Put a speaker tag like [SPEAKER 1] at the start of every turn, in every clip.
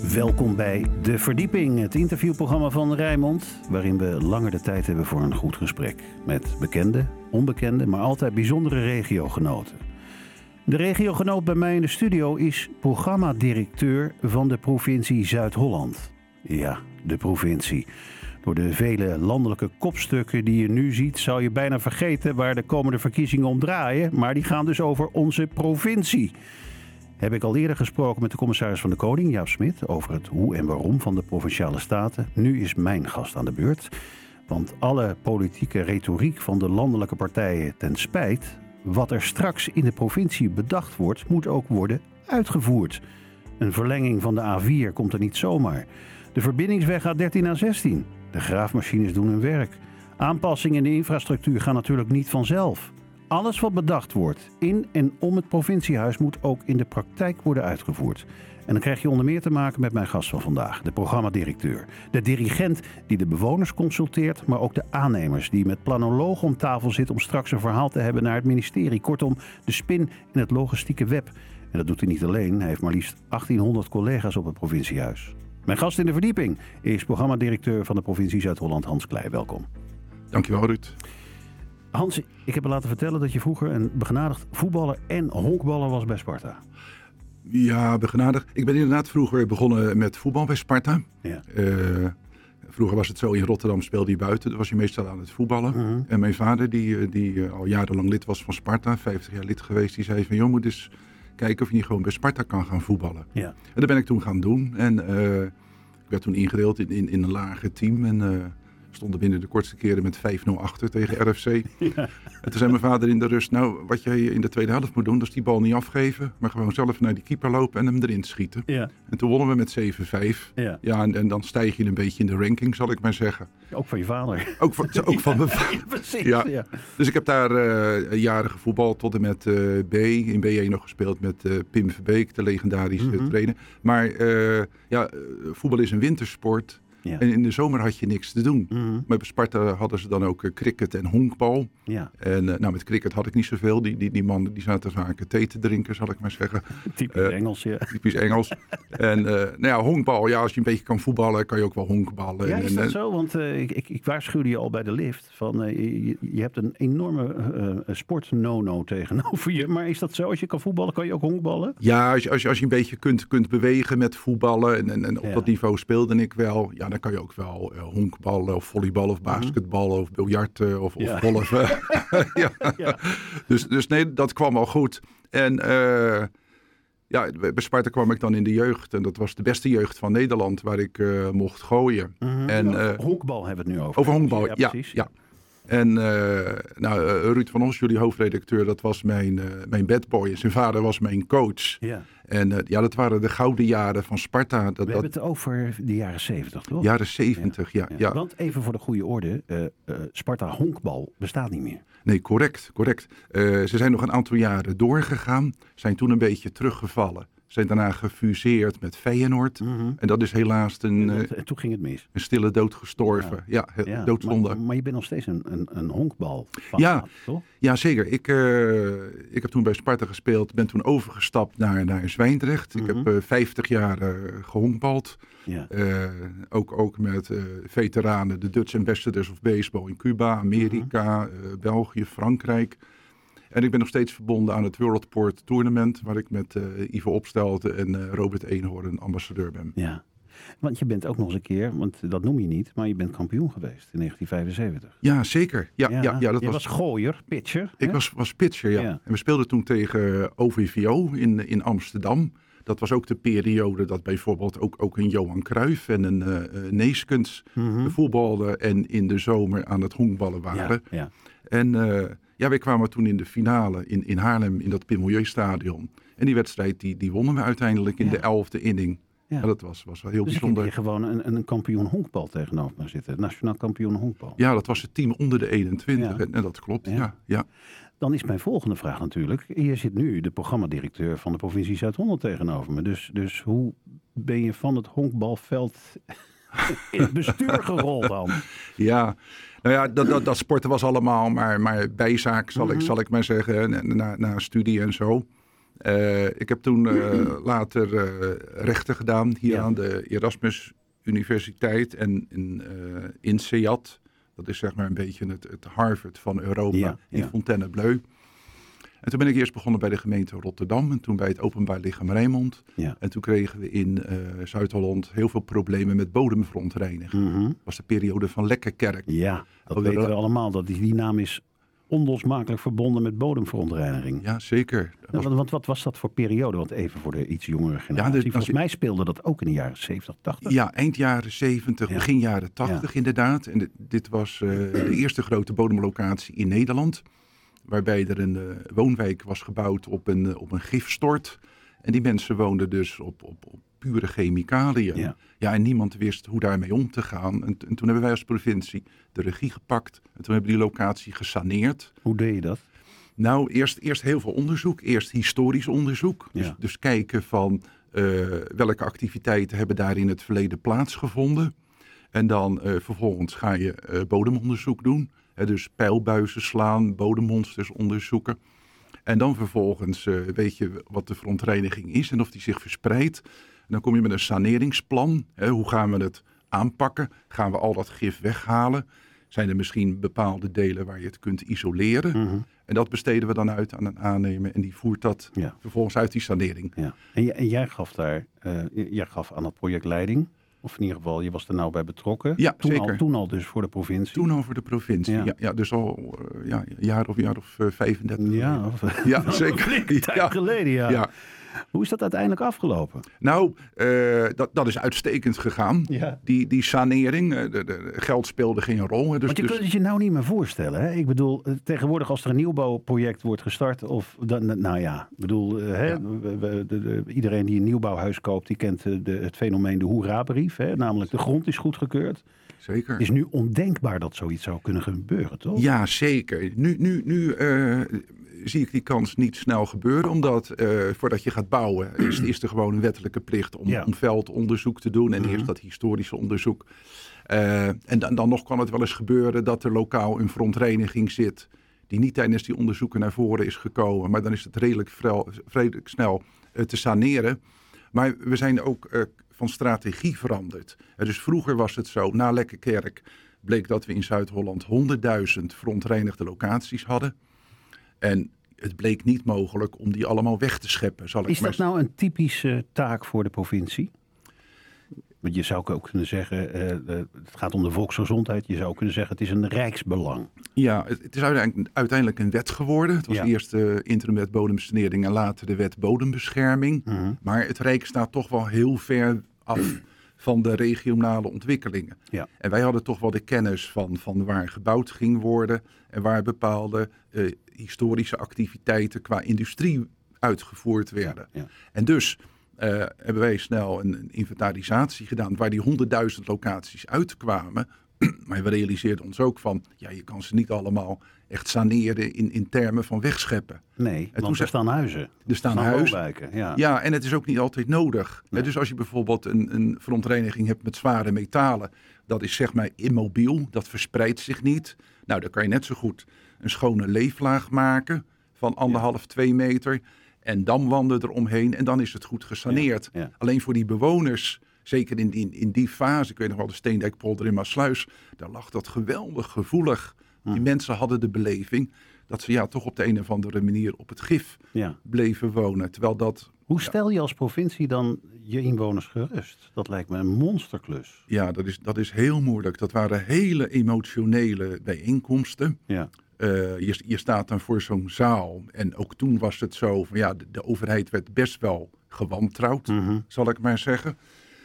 [SPEAKER 1] Welkom bij De Verdieping, het interviewprogramma van Rijnmond, waarin we langer de tijd hebben voor een goed gesprek met bekende, onbekende, maar altijd bijzondere regiogenoten. De regiogenoot bij mij in de studio is programmadirecteur van de provincie Zuid-Holland. Ja, de provincie. Door de vele landelijke kopstukken die je nu ziet, zou je bijna vergeten waar de komende verkiezingen om draaien, maar die gaan dus over onze provincie. Heb ik al eerder gesproken met de commissaris van de Koning, Jaap Smit, over het hoe en waarom van de Provinciale Staten. Nu is mijn gast aan de beurt. Want alle politieke retoriek van de landelijke partijen ten spijt, wat er straks in de provincie bedacht wordt, moet ook worden uitgevoerd. Een verlenging van de A4 komt er niet zomaar. De verbindingsweg A13 en A16. De graafmachines doen hun werk. Aanpassingen in de infrastructuur gaan natuurlijk niet vanzelf. Alles wat bedacht wordt in en om het provinciehuis moet ook in de praktijk worden uitgevoerd. En dan krijg je onder meer te maken met mijn gast van vandaag, de programmadirecteur. De dirigent die de bewoners consulteert, maar ook de aannemers die met planologen om tafel zitten om straks een verhaal te hebben naar het ministerie. Kortom, de spin in het logistieke web. En dat doet hij niet alleen, hij heeft maar liefst 1800 collega's op het provinciehuis. Mijn gast in de verdieping is programmadirecteur van de provincie Zuid-Holland, Hans Klei. Welkom.
[SPEAKER 2] Dankjewel, Ruud.
[SPEAKER 1] Hans, ik heb me laten vertellen dat je vroeger een begenadigd voetballer en honkballer was bij Sparta.
[SPEAKER 2] Ja, begenadigd. Ik ben inderdaad vroeger begonnen met voetbal bij Sparta.
[SPEAKER 1] Ja.
[SPEAKER 2] Vroeger was het zo, in Rotterdam speelde hij buiten. Dan was hij meestal aan het voetballen.
[SPEAKER 1] Uh-huh.
[SPEAKER 2] En mijn vader, die al jarenlang lid was van Sparta, 50 jaar lid geweest, die zei van, joh, moet eens kijken of je niet gewoon bij Sparta kan gaan voetballen.
[SPEAKER 1] Ja.
[SPEAKER 2] En dat ben ik toen gaan doen. En ik werd toen ingedeeld in een lager team. En stonden binnen de kortste keren met 5-0 achter tegen RFC.
[SPEAKER 1] Ja.
[SPEAKER 2] En toen zei mijn vader in de rust, nou, wat jij in de tweede helft moet doen, dat is die bal niet afgeven, maar gewoon zelf naar die keeper lopen en hem erin schieten.
[SPEAKER 1] Ja.
[SPEAKER 2] En toen wonnen we met 7-5.
[SPEAKER 1] Ja.
[SPEAKER 2] Ja, en dan stijg je een beetje in de ranking, zal ik maar zeggen.
[SPEAKER 1] Ook van je vader.
[SPEAKER 2] Ook van mijn vader.
[SPEAKER 1] Ja, precies.
[SPEAKER 2] Ja.
[SPEAKER 1] Ja.
[SPEAKER 2] Dus ik heb daar jaren gevoetbald, tot en met B. In B1 nog gespeeld met Pim Verbeek, de legendarische trainer. Maar voetbal is een wintersport.
[SPEAKER 1] Ja.
[SPEAKER 2] En in de zomer had je niks te doen.
[SPEAKER 1] Mm-hmm.
[SPEAKER 2] Maar bij Sparta hadden ze dan ook cricket en honkbal.
[SPEAKER 1] Ja.
[SPEAKER 2] En met cricket had ik niet zoveel. Die mannen die zaten vaak thee te drinken, zal ik maar zeggen.
[SPEAKER 1] Typisch Engels, ja.
[SPEAKER 2] Typisch Engels. En honkbal, ja, als je een beetje kan voetballen, kan je ook wel honkballen.
[SPEAKER 1] Ja, is dat zo? Want ik waarschuwde je al bij de lift. Van, je hebt een enorme sport-no-no tegenover je. Maar is dat zo? Als je kan voetballen, kan je ook honkballen?
[SPEAKER 2] Ja, als je een beetje kunt bewegen met voetballen. En op dat niveau speelde ik wel. Ja, dan kan je ook wel honkballen of volleybal of basketbal of biljarten of golven. Ja. Ja. Dus nee, dat kwam al goed. En bij Sparta kwam ik dan in de jeugd. En dat was de beste jeugd van Nederland waar ik mocht gooien.
[SPEAKER 1] Mm-hmm.
[SPEAKER 2] En,
[SPEAKER 1] honkbal hebben we het nu over.
[SPEAKER 2] Over honkbal, ja.
[SPEAKER 1] Precies.
[SPEAKER 2] Ja. En Ruud van Os, jullie hoofdredacteur, dat was mijn badboy. Zijn vader was mijn coach.
[SPEAKER 1] Ja.
[SPEAKER 2] En dat waren de gouden jaren van Sparta.
[SPEAKER 1] We hebben het over de jaren 70, toch?
[SPEAKER 2] Jaren 70, ja.
[SPEAKER 1] Want even voor de goede orde, Sparta honkbal bestaat niet meer.
[SPEAKER 2] Nee, correct. Ze zijn nog een aantal jaren doorgegaan, zijn toen een beetje teruggevallen. Zijn daarna gefuseerd met Feyenoord. Mm-hmm. En dat is helaas
[SPEAKER 1] En toen ging het mis.
[SPEAKER 2] Een stille dood gestorven. Ja, doodzonde.
[SPEAKER 1] Maar je bent nog steeds een honkbal. Toch?
[SPEAKER 2] Ja, zeker. Ik heb toen bij Sparta gespeeld. Ben toen overgestapt naar Zwijndrecht. Mm-hmm. Ik heb 50 jaar gehonkbald.
[SPEAKER 1] Ja.
[SPEAKER 2] Ook met veteranen. De Dutch Ambassadors of Baseball in Cuba, Amerika, België, Frankrijk. En ik ben nog steeds verbonden aan het Worldport Tournament, waar ik met Ivo Opstelten en Robert Eenhoorn ambassadeur ben.
[SPEAKER 1] Ja, want je bent ook nog eens een keer, want dat noem je niet, maar je bent kampioen geweest in 1975.
[SPEAKER 2] Ja, zeker. Ja, dat
[SPEAKER 1] was gooier, pitcher.
[SPEAKER 2] Ik was pitcher, ja. En we speelden toen tegen OVVO in Amsterdam. Dat was ook de periode dat bijvoorbeeld ook een Johan Cruijff en een Neeskens voetbalden en in de zomer aan het honkballen waren.
[SPEAKER 1] Ja.
[SPEAKER 2] En wij kwamen toen in de finale in Haarlem in dat Pim Milieu-stadion. En die wedstrijd die wonnen we uiteindelijk in de 11e inning. Ja. Dat was wel heel bijzonder.
[SPEAKER 1] Dus je gewoon een kampioen honkbal tegenover me zitten. Nationaal kampioen honkbal.
[SPEAKER 2] Ja, dat was het team onder de 21. En dat klopt, ja.
[SPEAKER 1] Dan is mijn volgende vraag natuurlijk. Hier zit nu de programmadirecteur van de provincie Zuid-Holland tegenover me. Dus hoe ben je van het honkbalveld in het bestuur gerold dan?
[SPEAKER 2] Ja, nou ja, dat sporten was allemaal maar bijzaak, zal ik maar zeggen. Na studie en zo. Ik heb toen later rechten gedaan hier aan de Erasmus Universiteit en in SEAT. Dat is zeg maar een beetje het Harvard van Europa in Fontainebleau. En toen ben ik eerst begonnen bij de gemeente Rotterdam en toen bij het Openbaar Lichaam Rijnmond. Ja. En toen kregen we in Zuid-Holland heel veel problemen met bodemverontreiniging. Dat was de periode van Lekkerkerk.
[SPEAKER 1] Ja, dat weten we allemaal. Dat die naam is onlosmakelijk verbonden met bodemverontreiniging.
[SPEAKER 2] Ja, zeker.
[SPEAKER 1] Want wat was dat voor periode? Want even voor de iets jongere generatie. Ja, volgens mij speelde dat ook in de jaren 70, 80.
[SPEAKER 2] Ja, eind jaren 70, begin jaren 80 inderdaad. En dit was de eerste grote bodemlocatie in Nederland. Waarbij er een woonwijk was gebouwd op een gifstort. En die mensen woonden dus op pure chemicaliën. Ja, en niemand wist hoe daarmee om te gaan. En toen hebben wij als provincie de regie gepakt. En toen hebben we die locatie gesaneerd.
[SPEAKER 1] Hoe deed je dat?
[SPEAKER 2] Nou, eerst heel veel onderzoek. Eerst historisch onderzoek. Dus kijken van welke activiteiten hebben daar in het verleden plaatsgevonden. En dan vervolgens ga je bodemonderzoek doen. Dus pijlbuizen slaan, bodemmonsters onderzoeken. En dan vervolgens weet je wat de verontreiniging is en of die zich verspreidt. En dan kom je met een saneringsplan. Hoe gaan we het aanpakken? Gaan we al dat gif weghalen? Zijn er misschien bepaalde delen waar je het kunt isoleren? Mm-hmm. En dat besteden we dan uit aan een aannemer. En die voert dat vervolgens uit die sanering.
[SPEAKER 1] Ja. En jij gaf jij gaf aan het project leiding. Of in ieder geval, je was er nou bij betrokken.
[SPEAKER 2] Ja, zeker.
[SPEAKER 1] Toen al dus voor de provincie.
[SPEAKER 2] Toen al voor de provincie, ja dus al een jaar of 35.
[SPEAKER 1] Ja, zeker. Tijd geleden, ja. Hoe is dat uiteindelijk afgelopen?
[SPEAKER 2] Nou, dat is uitstekend gegaan. Ja. Die sanering, de geld speelde geen rol. Dus,
[SPEAKER 1] want je kunt het je nou niet meer voorstellen. Hè? Ik bedoel, tegenwoordig als er een nieuwbouwproject wordt gestart. Iedereen die een nieuwbouwhuis koopt, die kent het fenomeen de hoerabrief. Hè? Namelijk de grond is goedgekeurd.
[SPEAKER 2] Zeker.
[SPEAKER 1] Het is nu ondenkbaar dat zoiets zou kunnen gebeuren, toch?
[SPEAKER 2] Ja, zeker. Nu zie ik die kans niet snel gebeuren. Omdat voordat je gaat bouwen is er gewoon een wettelijke plicht om veldonderzoek te doen. En eerst dat historische onderzoek. En dan nog kan het wel eens gebeuren dat er lokaal een verontreiniging zit die niet tijdens die onderzoeken naar voren is gekomen. Maar dan is het redelijk snel te saneren. Maar we zijn ook van strategie veranderd. Dus vroeger was het zo, na Lekkerkerk bleek dat we in Zuid-Holland 100.000 verontreinigde locaties hadden. En het bleek niet mogelijk om die allemaal weg te scheppen.
[SPEAKER 1] Is dat nou een typische taak voor de provincie? Want je zou ook kunnen zeggen, het gaat om de volksgezondheid. Je zou kunnen zeggen, het is een rijksbelang.
[SPEAKER 2] Ja, het is uiteindelijk een wet geworden. Het was eerst de interimwet bodemsanering en later de wet bodembescherming. Mm-hmm. Maar het Rijk staat toch wel heel ver af van de regionale ontwikkelingen. Ja. En wij hadden toch wel de kennis van waar gebouwd ging worden en waar bepaalde historische activiteiten qua industrie uitgevoerd werden. Ja. En dus hebben wij snel een inventarisatie gedaan waar die 100.000 locaties uitkwamen. Maar we realiseerden ons ook van, je kan ze niet allemaal echt saneren in termen van wegscheppen.
[SPEAKER 1] Nee, want er staan huizen.
[SPEAKER 2] Er staan huizen. Ja, en het is ook niet altijd nodig. Nee. Dus als je bijvoorbeeld een verontreiniging hebt met zware metalen, dat is zeg maar immobiel, dat verspreidt zich niet. Nou, dan kan je net zo goed een schone leeflaag maken van 1,5-2 meter en damwanden eromheen en dan is het goed gesaneerd. Ja. Alleen voor die bewoners, zeker in die fase, ik weet nog wel de Steendijkpolder in Maassluis, daar lag dat geweldig gevoelig. Die mensen hadden de beleving dat ze toch op de een of andere manier op het gif bleven wonen. Terwijl dat...
[SPEAKER 1] Hoe stel je als provincie dan je inwoners gerust? Dat lijkt me een monsterklus.
[SPEAKER 2] Ja, dat is heel moeilijk. Dat waren hele emotionele bijeenkomsten. Ja. Je staat dan voor zo'n zaal. En ook toen was het zo van de overheid werd best wel gewantrouwd, zal ik maar zeggen.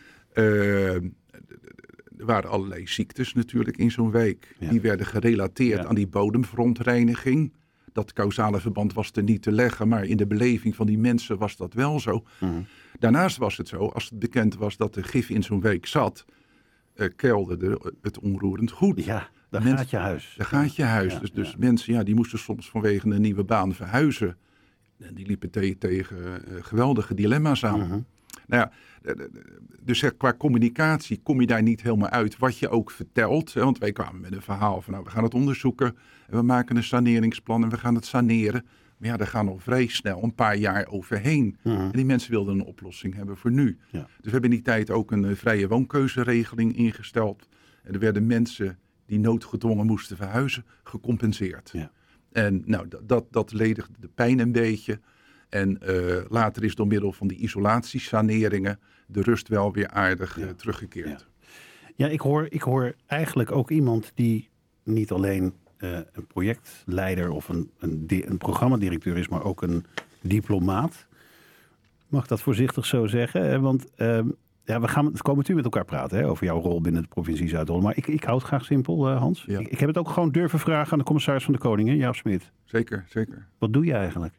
[SPEAKER 2] Er waren allerlei ziektes natuurlijk in zo'n wijk. Ja. Die werden gerelateerd aan die bodemverontreiniging. Dat causale verband was er niet te leggen, maar in de beleving van die mensen was dat wel zo. Mm-hmm. Daarnaast was het zo, als het bekend was dat er gif in zo'n wijk zat, kelderde het onroerend goed.
[SPEAKER 1] Ja, daar gaat je huis.
[SPEAKER 2] Daar gaat je huis. Ja, dus mensen die moesten soms vanwege een nieuwe baan verhuizen. En die liepen tegen geweldige dilemma's aan. Mm-hmm. Nou ja, dus qua communicatie kom je daar niet helemaal uit wat je ook vertelt. Want wij kwamen met een verhaal van we gaan het onderzoeken. En we maken een saneringsplan en we gaan het saneren. Maar ja, daar gaan nog vrij snel een paar jaar overheen. En die mensen wilden een oplossing hebben voor nu. Ja. Dus we hebben in die tijd ook een vrije woonkeuzeregeling ingesteld. En er werden mensen die noodgedwongen moesten verhuizen gecompenseerd. Ja. En nou, dat ledigde de pijn een beetje. En later is door middel van die isolatiesaneringen de rust wel weer aardig teruggekeerd.
[SPEAKER 1] Ja, ik hoor eigenlijk ook iemand die niet alleen een projectleider of een programmadirecteur is, maar ook een diplomaat. Mag ik dat voorzichtig zo zeggen? Want we komen natuurlijk met elkaar praten over jouw rol binnen de provincie Zuid-Holland. Maar ik hou het graag simpel, Hans. Ja. Ik heb het ook gewoon durven vragen aan de commissaris van de Koning, Jaap Smit.
[SPEAKER 2] Zeker.
[SPEAKER 1] Wat doe je eigenlijk?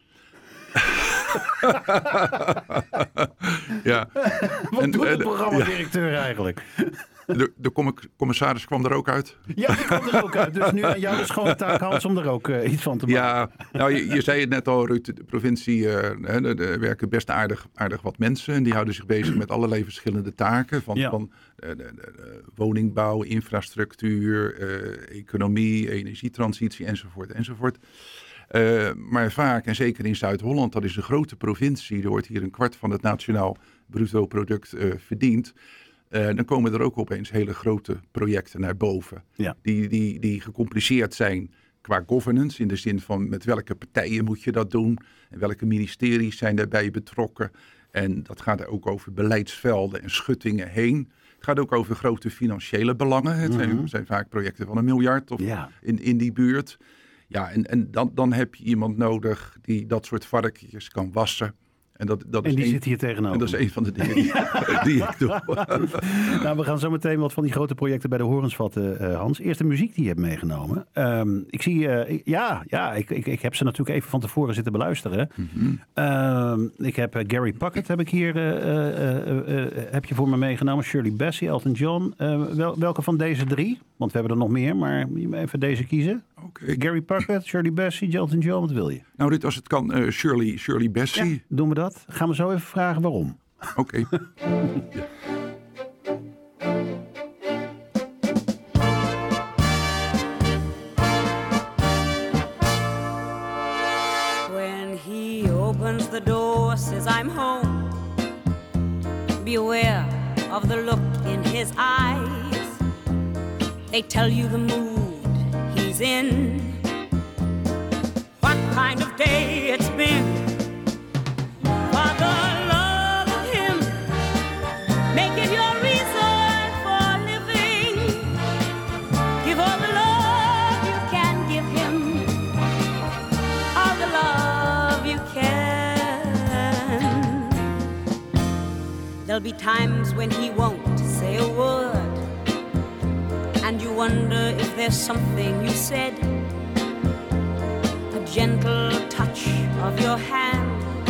[SPEAKER 1] Wat doet de programmadirecteur eigenlijk?
[SPEAKER 2] De commissaris kwam er ook uit.
[SPEAKER 1] Ja, die kwam er ook uit. Dus nu aan jou is gewoon de taak, Hans, om er ook iets van te maken.
[SPEAKER 2] Ja, nou je zei het net al, Ruud. De provincie, er werken best aardig wat mensen. En die houden zich bezig met allerlei verschillende taken. Van woningbouw, infrastructuur, economie, energietransitie enzovoort. Maar vaak, en zeker in Zuid-Holland, dat is een grote provincie. Er wordt hier 1/4 van het nationaal bruto product verdiend. Dan komen er ook opeens hele grote projecten naar boven. Ja. Die gecompliceerd zijn qua governance. In de zin van met welke partijen moet je dat doen. En welke ministeries zijn daarbij betrokken. En dat gaat ook over beleidsvelden en schuttingen heen. Het gaat ook over grote financiële belangen. Het zijn vaak projecten van 1 miljard of in die buurt. Ja, en dan heb je iemand nodig die dat soort varkens kan wassen. En die
[SPEAKER 1] zit hier tegenover.
[SPEAKER 2] En dat is een van de dingen die ik doe.
[SPEAKER 1] Nou, we gaan zo meteen wat van die grote projecten bij de horens vatten, Hans. Eerst de muziek die je hebt meegenomen. Ik zie, ik heb ze natuurlijk even van tevoren zitten beluisteren. Ik heb Gary Puckett heb je voor me meegenomen. Shirley Bassey, Elton John. Welke van deze 3? Want we hebben er nog meer, maar even deze kiezen. Okay. Gary Puckett, Shirley Bassey, Elton John, wat wil je?
[SPEAKER 2] Nou, dit als het kan, Shirley Bassey.
[SPEAKER 1] Ja, doen we dat? Gaan we zo even vragen waarom.
[SPEAKER 2] Oké.
[SPEAKER 3] When he opens the door, says I'm home. Beware of the look in his eyes. They tell you the mood he's in. What kind of day it's been. For the love of him, make it your reason for living. Give all the love you can give him, all the love you can. There'll be times when he won't say a word, and you wonder if there's something you said. A gentle touch of your hand.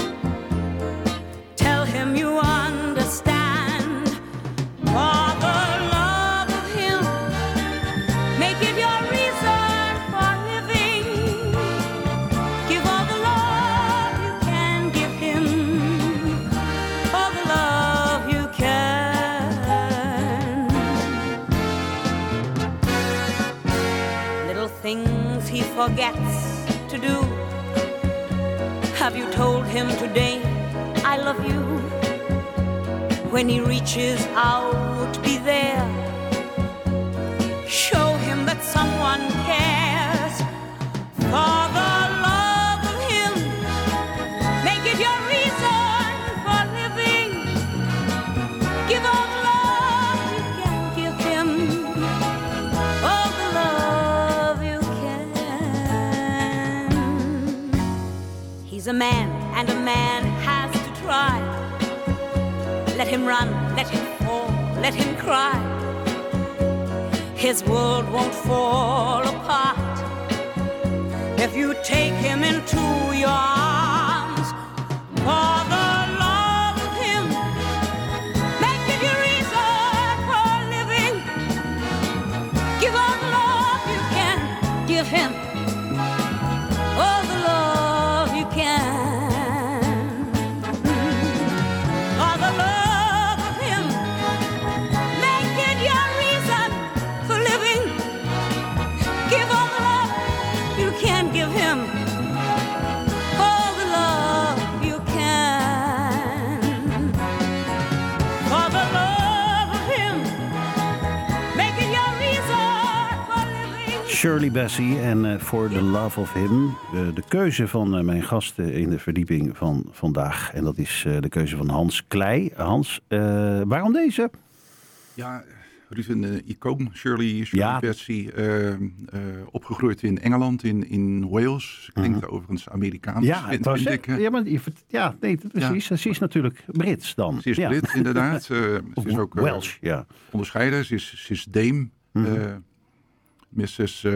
[SPEAKER 3] Tell him you understand. For the love of him, make it your reason for living. Give all the love you can give him, all the love you can. Little things he forgets to do. Have you told him today I love you? When he reaches out, be there. Show him that someone cares. For the love of him, make it your reason for living. Give all the love you can give him, all the love you can. He's a man, and a man has to try. Let him run, let him fall, let him cry. His world won't fall apart if you take him into your arms. For the love of him, make it your reason for living. Give all the love you can give him, all the love you can. For the love of him, make it your reason for living. Give all the love you can give him,
[SPEAKER 1] Shirley Bassey en For the Love of Him. De keuze van mijn gasten in de verdieping van vandaag. En dat is de keuze van Hans Klei. Hans, waarom deze?
[SPEAKER 2] Ja, Ruud, een icoon. Shirley Bassey. Opgegroeid in Engeland, in Wales. Klinkt overigens Amerikaans.
[SPEAKER 1] Ja, vind ik. Precies. Ze is natuurlijk Brits dan.
[SPEAKER 2] Ze is Brits, inderdaad. Ze is ook
[SPEAKER 1] Welsh,
[SPEAKER 2] onderscheiden. Ze is Dame. Mrs.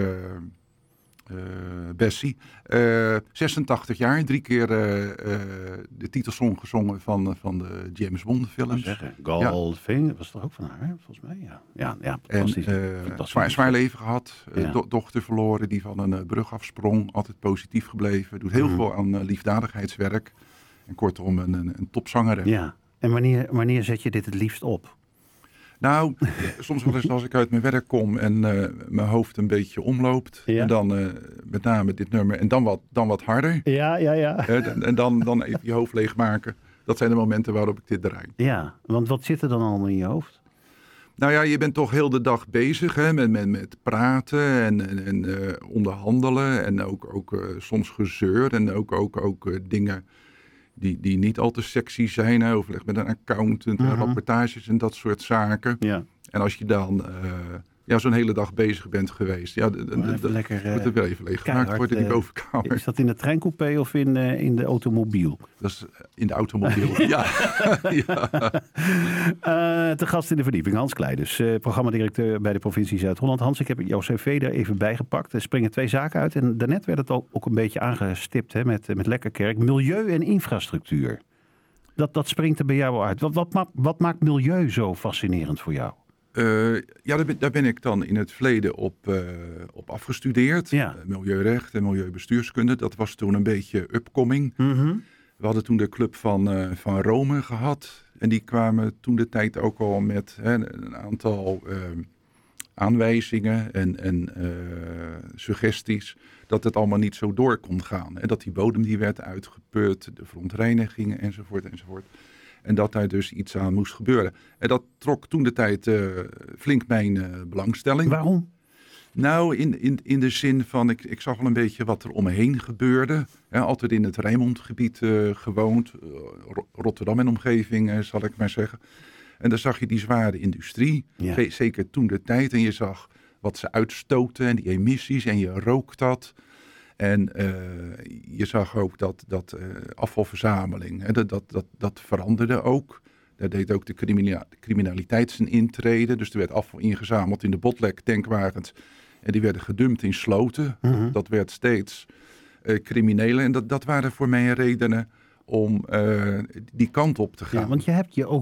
[SPEAKER 2] Bassey. 86 jaar, 3 keer de titelsong gezongen van de James Bond films.
[SPEAKER 1] Goldfinger, was toch ook van haar, volgens mij? Ja, fantastisch.
[SPEAKER 2] En zwaar leven gehad. Dochter verloren die van een brug afsprong. Altijd positief gebleven. Doet heel veel aan liefdadigheidswerk. En kortom, een topzanger.
[SPEAKER 1] Ja, en wanneer zet je dit het liefst op?
[SPEAKER 2] Nou, soms wel eens als ik uit mijn werk kom en mijn hoofd een beetje omloopt. Ja. En dan met name dit nummer en dan wat harder.
[SPEAKER 1] Ja.
[SPEAKER 2] En dan even je hoofd leegmaken. Dat zijn de momenten waarop ik dit draai.
[SPEAKER 1] Ja, want wat zit er dan allemaal in je hoofd?
[SPEAKER 2] Nou ja, je bent toch heel de dag bezig met praten en onderhandelen. En ook soms gezeur en ook dingen die niet al te sexy zijn. Overleg met een accountant, rapportages en dat soort zaken. Ja. En als je dan zo'n hele dag bezig bent geweest. Ja, dan moet er wel even leeggemaakt worden in die bovenkamer.
[SPEAKER 1] Is dat in de treincoupé of in de automobiel?
[SPEAKER 2] Dat is in de automobiel, ja.
[SPEAKER 1] Te gast in de verdieping, Hans Klei. Dus programmadirecteur bij de provincie Zuid-Holland. Hans, ik heb jouw cv er even bijgepakt. Er springen 2 zaken uit. En daarnet werd het ook een beetje aangestipt met Lekkerkerk. Milieu en infrastructuur. Dat springt er bij jou uit. Wat maakt milieu zo fascinerend voor jou?
[SPEAKER 2] Daar ben ik dan in het verleden op afgestudeerd. Ja. Milieurecht en milieubestuurskunde. Dat was toen een beetje upcoming. Mm-hmm. We hadden toen de club van Rome gehad. En die kwamen toen de tijd ook al met een aantal aanwijzingen en suggesties. Dat het allemaal niet zo door kon gaan. En dat die bodem die werd uitgeput, de verontreinigingen enzovoort. En dat daar dus iets aan moest gebeuren. En dat trok toen de tijd flink mijn belangstelling.
[SPEAKER 1] Waarom?
[SPEAKER 2] Nou, in de zin van, ik zag wel een beetje wat er om me heen gebeurde. Altijd in het Rijnmondgebied gewoond. Rotterdam en omgeving, zal ik maar zeggen. En dan zag je die zware industrie. Ja. Zeker toen de tijd. En je zag wat ze uitstoten en die emissies. En je rookt dat. En je zag ook dat afvalverzameling, dat veranderde ook. Daar deed ook de criminaliteit zijn intrede. Dus er werd afval ingezameld in de Botlek-tankwagens. En die werden gedumpt in sloten. Mm-hmm. Dat werd steeds crimineler. En dat waren voor mij redenen om die kant op te gaan.
[SPEAKER 1] Ja, want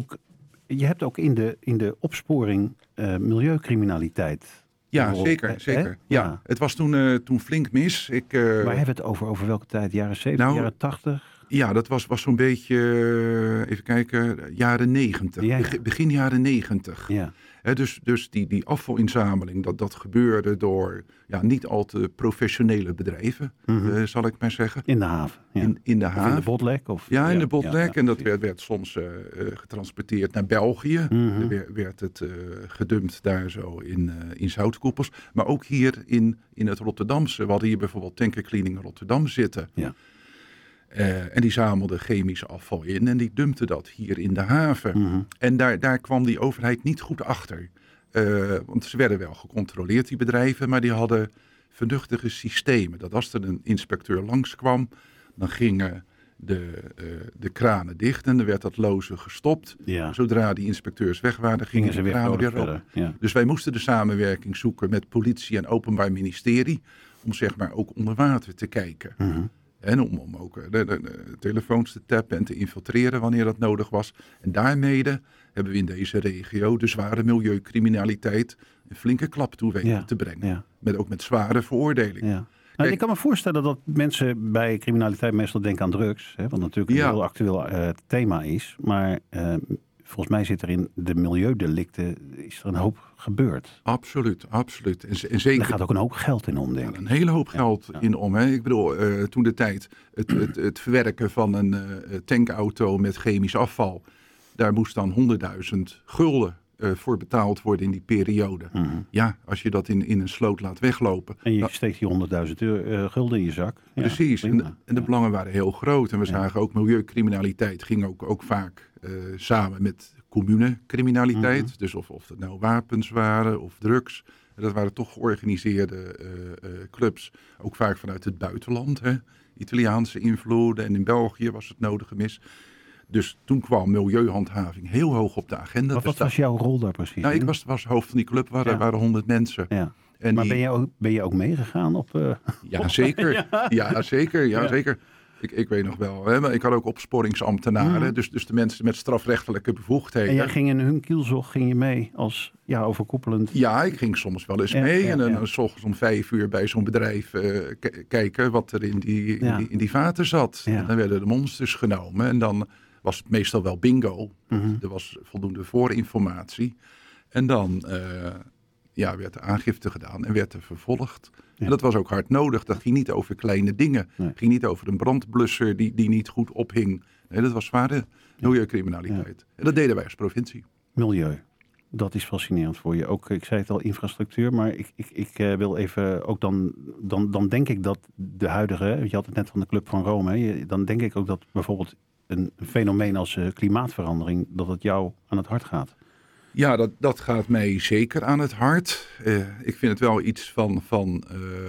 [SPEAKER 1] je hebt ook in de opsporing milieucriminaliteit.
[SPEAKER 2] Ja, zeker. Ja. Het was toen flink mis.
[SPEAKER 1] Maar hebben we het over welke tijd? Jaren 70, jaren 80?
[SPEAKER 2] Ja, dat was zo'n beetje, even kijken, jaren 90. Ja. Begin jaren 90. Ja. Dus die afvalinzameling, dat gebeurde door niet al te professionele bedrijven, zal ik maar zeggen.
[SPEAKER 1] In de haven. Ja.
[SPEAKER 2] In de haven.
[SPEAKER 1] In de Botlek?
[SPEAKER 2] In de Botlek. En dat werd soms getransporteerd naar België. Mm-hmm. Werd het gedumpt daar zo in zoutkoepels. Maar ook hier in het Rotterdamse. We hadden hier bijvoorbeeld Tankercleaning Rotterdam zitten. Ja. En die zamelde chemisch afval in en die dumpte dat hier in de haven. Mm-hmm. En daar kwam die overheid niet goed achter. Want ze werden wel gecontroleerd, die bedrijven, maar die hadden verduchtige systemen. Dat als er een inspecteur langskwam, dan gingen de kranen dicht en dan werd dat lozen gestopt. Ja. Zodra die inspecteurs weg waren, gingen de kranen weer open. Ja. Dus wij moesten de samenwerking zoeken met politie en openbaar ministerie, om zeg maar ook onder water te kijken. Mm-hmm. En om ook de telefoons te tappen en te infiltreren wanneer dat nodig was. En daarmee hebben we in deze regio de zware milieucriminaliteit een flinke klap toe weten te brengen. Ja. Ook met zware veroordelingen. Ja.
[SPEAKER 1] Nou, ik kan me voorstellen dat mensen bij criminaliteit meestal denken aan drugs. Wat natuurlijk een heel actueel thema is. Maar volgens mij zit er in de milieudelicten is er een hoop gebeurd.
[SPEAKER 2] Absoluut. En zeker,
[SPEAKER 1] er gaat ook een hoop geld in om, denk ik.
[SPEAKER 2] Een hele hoop geld in om. Hè. Ik bedoel, toen de tijd het verwerken van een tankauto met chemisch afval. Daar moest dan 100.000 gulden voor betaald worden in die periode. Mm-hmm. Ja, als je dat in een sloot laat weglopen.
[SPEAKER 1] En je steekt die 100.000 gulden in je zak. Ja,
[SPEAKER 2] precies, en de belangen waren heel groot. En we zagen ook milieucriminaliteit ging ook vaak samen met communecriminaliteit. Mm-hmm. Dus of het nou wapens waren of drugs. Dat waren toch georganiseerde clubs. Ook vaak vanuit het buitenland. Hè? Italiaanse invloeden. En in België was het nodige mis. Dus toen kwam milieuhandhaving heel hoog op de agenda.
[SPEAKER 1] Wat was jouw rol daar precies?
[SPEAKER 2] Nou, ik was hoofd van die club. Er waren 100 mensen.
[SPEAKER 1] Ja. En maar ben je ook meegegaan op...
[SPEAKER 2] Ja, zeker. Ja, zeker. Ik weet nog wel. Hè, maar ik had ook opsporingsambtenaren. Dus de mensen met strafrechtelijke bevoegdheden.
[SPEAKER 1] En jij ging in hun kielzog mee als overkoepelend...
[SPEAKER 2] Ja, ik ging soms wel eens mee. En dan 's ochtends om 5:00 bij zo'n bedrijf kijken wat er in die vaten zat. Ja. En dan werden de monsters genomen. En dan was het meestal wel bingo. Mm-hmm. Er was voldoende voorinformatie. En dan... werd er aangifte gedaan en werd er vervolgd. Ja. En dat was ook hard nodig. Dat ging niet over kleine dingen. Nee. Het ging niet over een brandblusser die niet goed ophing. Nee, dat was zware milieucriminaliteit. Ja. En dat deden wij als provincie.
[SPEAKER 1] Milieu, dat is fascinerend voor je. Ook, ik zei het al, infrastructuur. Maar ik wil even ook dan denk ik dat de huidige... Je had het net van de Club van Rome. Dan denk ik ook dat bijvoorbeeld een fenomeen als klimaatverandering... dat het jou aan het hart gaat.
[SPEAKER 2] Ja, dat gaat mij zeker aan het hart. Ik vind het wel iets van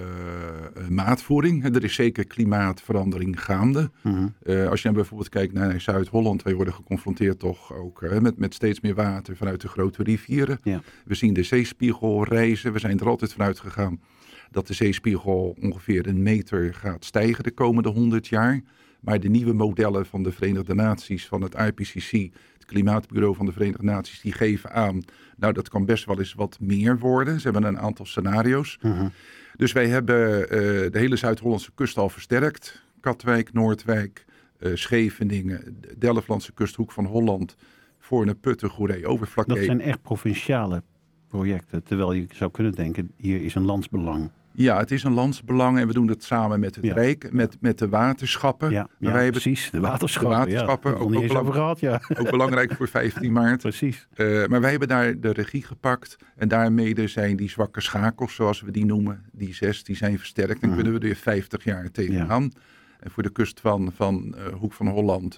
[SPEAKER 2] maatvoering. Er is zeker klimaatverandering gaande. Mm-hmm. Als je dan bijvoorbeeld kijkt naar Zuid-Holland. Wij worden geconfronteerd toch ook met steeds meer water vanuit de grote rivieren. Ja. We zien de zeespiegel rijzen. We zijn er altijd vanuit gegaan dat de zeespiegel ongeveer 1 meter gaat stijgen de komende 100 jaar. Maar de nieuwe modellen van de Verenigde Naties, van het IPCC, het Klimaatbureau van de Verenigde Naties, die geven aan, nou dat kan best wel eens wat meer worden. Ze hebben een aantal scenario's. Uh-huh. Dus wij hebben de hele Zuid-Hollandse kust al versterkt. Katwijk, Noordwijk, Scheveningen, de Delflandse kust, Hoek van Holland, Voorne, Putten, Goeree, Overflakkee.
[SPEAKER 1] Dat zijn echt provinciale projecten, terwijl je zou kunnen denken, hier is een landsbelang.
[SPEAKER 2] Ja, het is een landsbelang en we doen het samen met het Rijk, met de waterschappen.
[SPEAKER 1] Ja, wij precies, de waterschappen.
[SPEAKER 2] Ook belangrijk voor 15 maart.
[SPEAKER 1] Precies.
[SPEAKER 2] Maar wij hebben daar de regie gepakt en daarmee zijn die zwakke schakels, zoals we die noemen, die 6, die zijn versterkt. En kunnen we er weer 50 jaar tegenaan. Ja. En voor de kust van Hoek van Holland,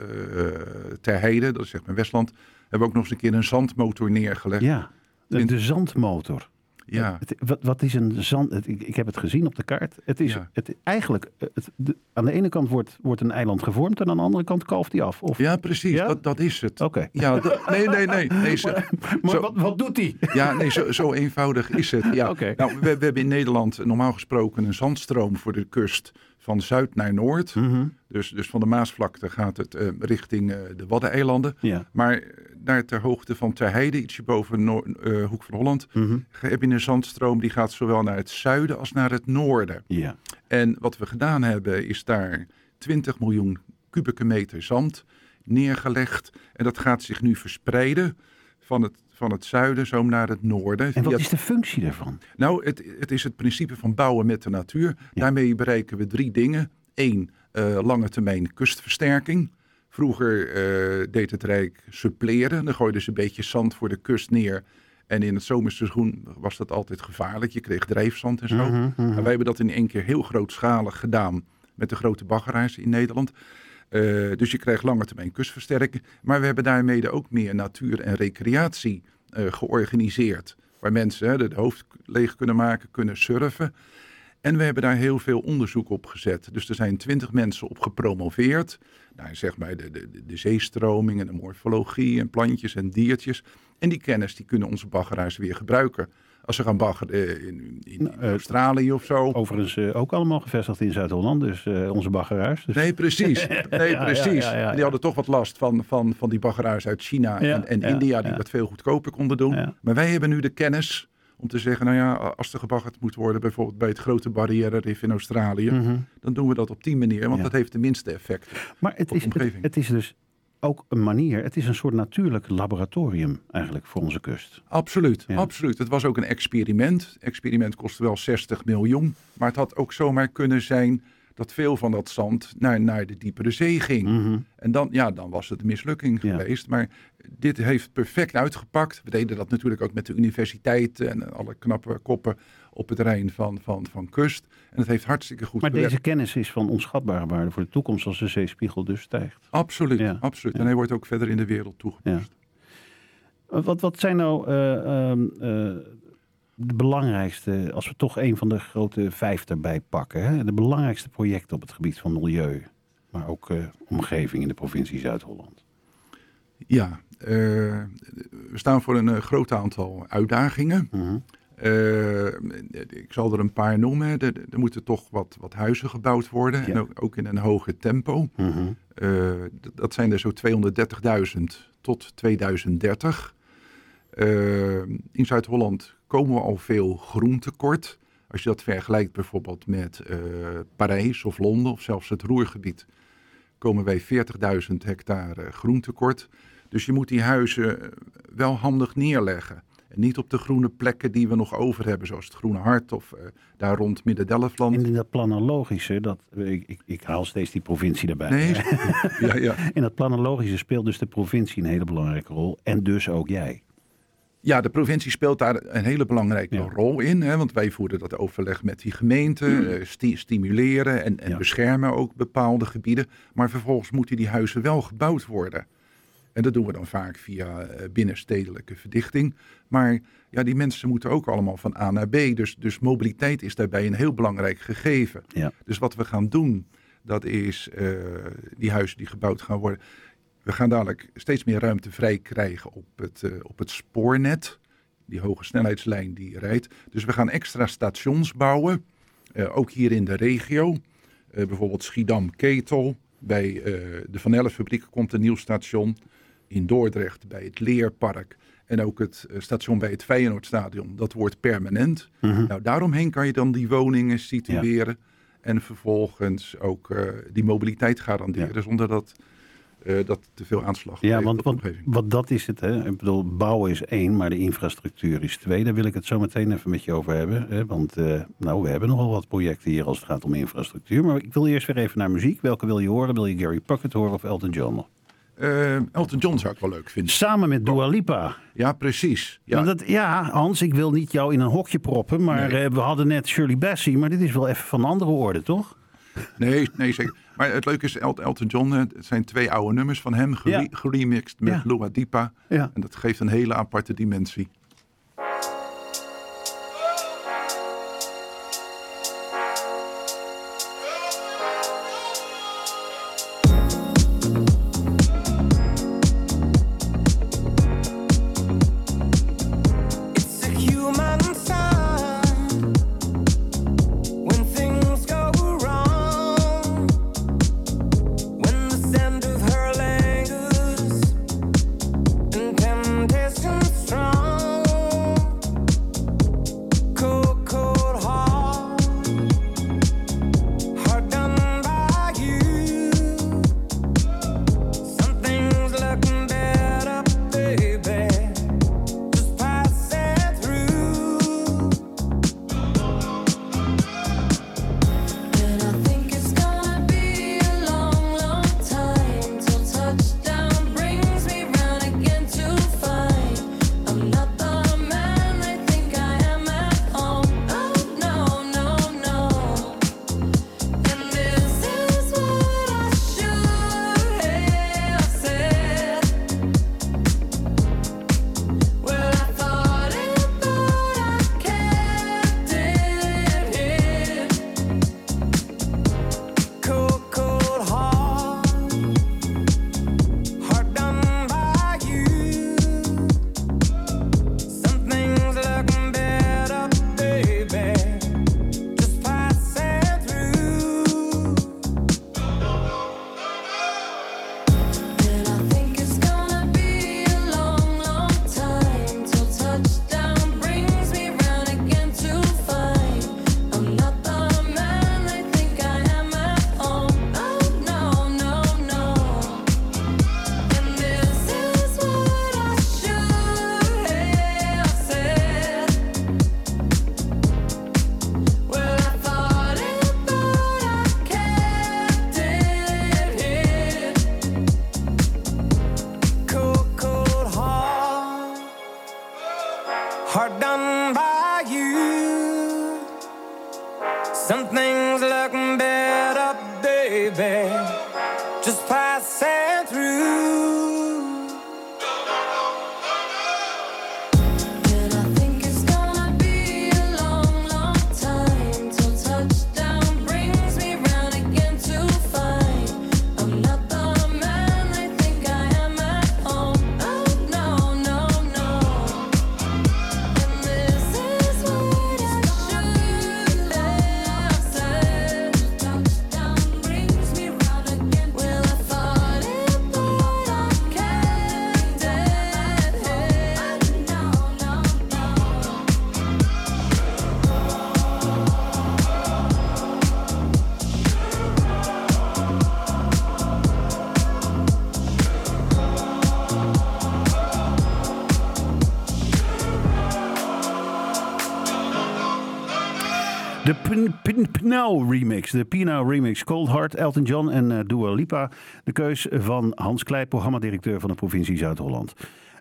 [SPEAKER 2] Terheide, dat is zeg maar Westland, hebben we ook nog eens een keer een zandmotor neergelegd.
[SPEAKER 1] Ja, de zandmotor.
[SPEAKER 2] Ja.
[SPEAKER 1] Wat is een zand? Ik heb het gezien op de kaart. Het is eigenlijk. Aan de ene kant wordt een eiland gevormd en aan de andere kant kalft hij af. Of...
[SPEAKER 2] Ja, precies. Ja? Dat is het.
[SPEAKER 1] Oké.
[SPEAKER 2] Ja, nee.
[SPEAKER 1] Maar wat doet hij?
[SPEAKER 2] Ja, nee, zo eenvoudig is het. Ja.
[SPEAKER 1] Okay.
[SPEAKER 2] Nou, we hebben in Nederland normaal gesproken een zandstroom voor de kust van zuid naar noord. Mm-hmm. Dus van de Maasvlakte gaat het richting de Waddeneilanden. Ja. Maar daar ter hoogte van Terheide, ietsje boven Hoek van Holland, mm-hmm. heb je een zandstroom die gaat zowel naar het zuiden als naar het noorden. Ja. En wat we gedaan hebben is daar 20 miljoen kubieke meter zand neergelegd. En dat gaat zich nu verspreiden van het zuiden zo naar het noorden.
[SPEAKER 1] En wat is de functie daarvan?
[SPEAKER 2] Nou, het is het principe van bouwen met de natuur. Ja. Daarmee bereiken we 3 dingen. 1, lange termijn kustversterking. Vroeger deed het Rijk suppleren. Dan gooiden ze een beetje zand voor de kust neer. En in het zomerseizoen was dat altijd gevaarlijk. Je kreeg drijfzand en zo. Mm-hmm. En wij hebben dat in 1 keer heel grootschalig gedaan met de grote baggeraars in Nederland. Dus je krijgt lange termijn kustversterking. Maar we hebben daarmee ook meer natuur en recreatie georganiseerd. Waar mensen de hoofd leeg kunnen maken, kunnen surfen. En we hebben daar heel veel onderzoek op gezet. Dus er zijn 20 mensen op gepromoveerd. Nou, zeg maar de zeestroming en de morfologie en plantjes en diertjes. En die kennis die kunnen onze baggeraars weer gebruiken. Als ze gaan baggeren in Australië of zo.
[SPEAKER 1] Overigens ook allemaal gevestigd in Zuid-Holland, dus onze baggeraars. Dus...
[SPEAKER 2] Nee, precies. Ja. Die hadden toch wat last van die baggeraars uit China en India, die dat veel goedkoper konden doen. Ja. Maar wij hebben nu de kennis om te zeggen, nou ja, als er gebaggerd moet worden, bijvoorbeeld bij het grote barrière-rif in Australië, mm-hmm. dan doen we dat op die manier, want dat heeft de minste effect
[SPEAKER 1] maar op de omgeving. Het is dus ook een manier, het is een soort natuurlijk laboratorium eigenlijk voor onze kust.
[SPEAKER 2] Absoluut. Het was ook een experiment. Het experiment kostte wel 60 miljoen, maar het had ook zomaar kunnen zijn dat veel van dat zand naar de diepere zee ging.
[SPEAKER 1] Mm-hmm.
[SPEAKER 2] En dan was het een mislukking geweest. Maar dit heeft perfect uitgepakt. We deden dat natuurlijk ook met de universiteit en alle knappe koppen op het terrein van Kust. En het heeft hartstikke goed
[SPEAKER 1] Maar
[SPEAKER 2] gewerkt.
[SPEAKER 1] deze kennis is van onschatbare waarde voor de toekomst als de zeespiegel dus stijgt.
[SPEAKER 2] Absoluut, absoluut. En hij wordt ook verder in de wereld toegepast.
[SPEAKER 1] Ja. Wat zijn nou de belangrijkste, als we toch een van de grote 5 erbij pakken, hè? De belangrijkste projecten op het gebied van milieu, maar ook omgeving in de provincie Zuid-Holland?
[SPEAKER 2] Ja, we staan voor een groot aantal uitdagingen.
[SPEAKER 1] Mm-hmm.
[SPEAKER 2] Ik zal er een paar noemen. Er moeten toch wat huizen gebouwd worden.
[SPEAKER 1] Ja.
[SPEAKER 2] En ook in een hoger tempo.
[SPEAKER 1] Mm-hmm.
[SPEAKER 2] Dat zijn er zo 230.000 tot 2030. In Zuid-Holland komen we al veel groentekort. Als je dat vergelijkt bijvoorbeeld met Parijs of Londen of zelfs het Ruhrgebied, komen wij 40.000 hectare groentekort. Dus je moet die huizen wel handig neerleggen. En niet op de groene plekken die we nog over hebben, zoals het Groene Hart of daar rond Midden-Delfland.
[SPEAKER 1] En in dat planologische, ik haal steeds die provincie erbij.
[SPEAKER 2] Nee, ja.
[SPEAKER 1] In dat planologische speelt dus de provincie een hele belangrijke rol. En dus ook jij.
[SPEAKER 2] Ja, de provincie speelt daar een hele belangrijke rol in. Hè, want wij voeren dat overleg met die gemeenten, stimuleren en beschermen ook bepaalde gebieden. Maar vervolgens moeten die huizen wel gebouwd worden. En dat doen we dan vaak via binnenstedelijke verdichting. Maar ja, die mensen moeten ook allemaal van A naar B. Dus mobiliteit is daarbij een heel belangrijk gegeven. Ja. Dus wat we gaan doen, dat is die huizen die gebouwd gaan worden. We gaan dadelijk steeds meer ruimte vrij krijgen op het spoornet. Die hoge snelheidslijn die rijdt. Dus we gaan extra stations bouwen. Ook hier in de regio. Bijvoorbeeld Schiedam-Ketel. Bij de Van Elle-fabriek komt een nieuw station. In Dordrecht bij het Leerpark. En ook het station bij het Feyenoordstadion. Dat wordt permanent. Mm-hmm. Nou, daaromheen kan je dan die woningen situeren. Ja. En vervolgens ook die mobiliteit garanderen. Zonder dat te veel aanslag
[SPEAKER 1] ja, want wat dat is het. Hè? Ik bedoel, bouwen is 1, maar de infrastructuur is 2. Daar wil ik het zo meteen even met je over hebben. Hè? Want we hebben nogal wat projecten hier als het gaat om infrastructuur. Maar ik wil eerst weer even naar muziek. Welke wil je horen? Wil je Gary Puckett horen of Elton John?
[SPEAKER 2] Elton John zou ik wel leuk vinden.
[SPEAKER 1] Samen met Dua Lipa.
[SPEAKER 2] Ja, precies. Ja.
[SPEAKER 1] Hans, ik wil niet jou in een hokje proppen. Maar we hadden net Shirley Bassey. Maar dit is wel even van andere orde, toch?
[SPEAKER 2] Nee, zeker. Maar het leuke is, Elton John, het zijn 2 oude nummers van hem geremixed met Dua Lipa. Ja. En dat geeft een hele aparte dimensie.
[SPEAKER 4] Strong hard done by you. Some things look better, baby, just passing through.
[SPEAKER 1] De Pinau remix. Cold Heart, Elton John en Dua Lipa. De keus van Hans Klei, programmadirecteur van de provincie Zuid-Holland.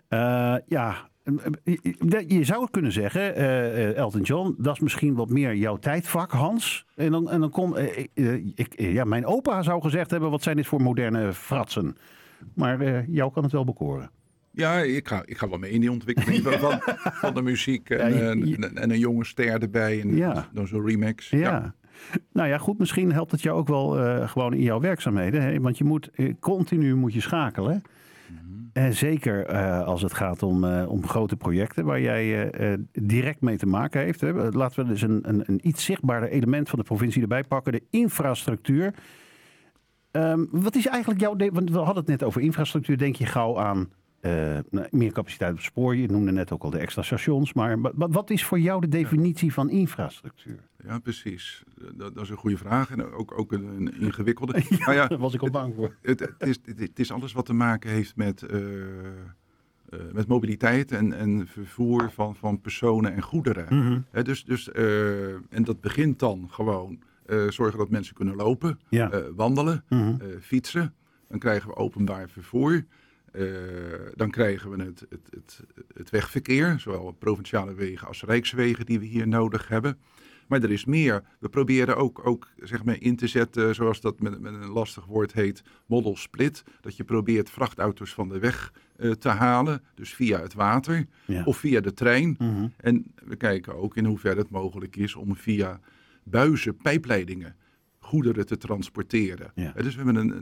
[SPEAKER 1] Je zou het kunnen zeggen, Elton John, dat is misschien wat meer jouw tijdvak, Hans. En dan kon mijn opa zou gezegd hebben, wat zijn dit voor moderne fratsen? Maar jou kan het wel bekoren.
[SPEAKER 2] Ja, ik ga wel mee in die ontwikkeling van de muziek. En een jonge ster erbij. En dan zo'n remix.
[SPEAKER 1] Ja. Nou ja, goed. Misschien helpt het jou ook wel gewoon in jouw werkzaamheden. Hè? Want je moet continu schakelen. En zeker als het gaat om grote projecten waar jij direct mee te maken heeft. Hè? Laten we dus een iets zichtbaarder element van de provincie erbij pakken. De infrastructuur. Wat is eigenlijk jouw... Want we hadden het net over infrastructuur. Denk je gauw aan... meer capaciteit op spoor. Je noemde net ook al de extra stations. Maar wat is voor jou de definitie van infrastructuur?
[SPEAKER 2] Ja, precies. Dat is een goede vraag. En ook een ingewikkelde.
[SPEAKER 1] Daar was ik al bang voor.
[SPEAKER 2] Het is alles wat te maken heeft met mobiliteit en vervoer van personen en goederen. Mm-hmm. En dat begint dan gewoon zorgen dat mensen kunnen lopen, wandelen, fietsen. Dan krijgen we openbaar vervoer. Dan krijgen we het wegverkeer, zowel provinciale wegen als rijkswegen die we hier nodig hebben. Maar er is meer. We proberen ook zeg maar, in te zetten, zoals dat met een lastig woord heet, model split. Dat je probeert vrachtauto's van de weg te halen, dus via het water of via de trein. Mm-hmm. En we kijken ook in hoeverre het mogelijk is om via buizen, pijpleidingen, goederen te transporteren. Ja. Dus we hebben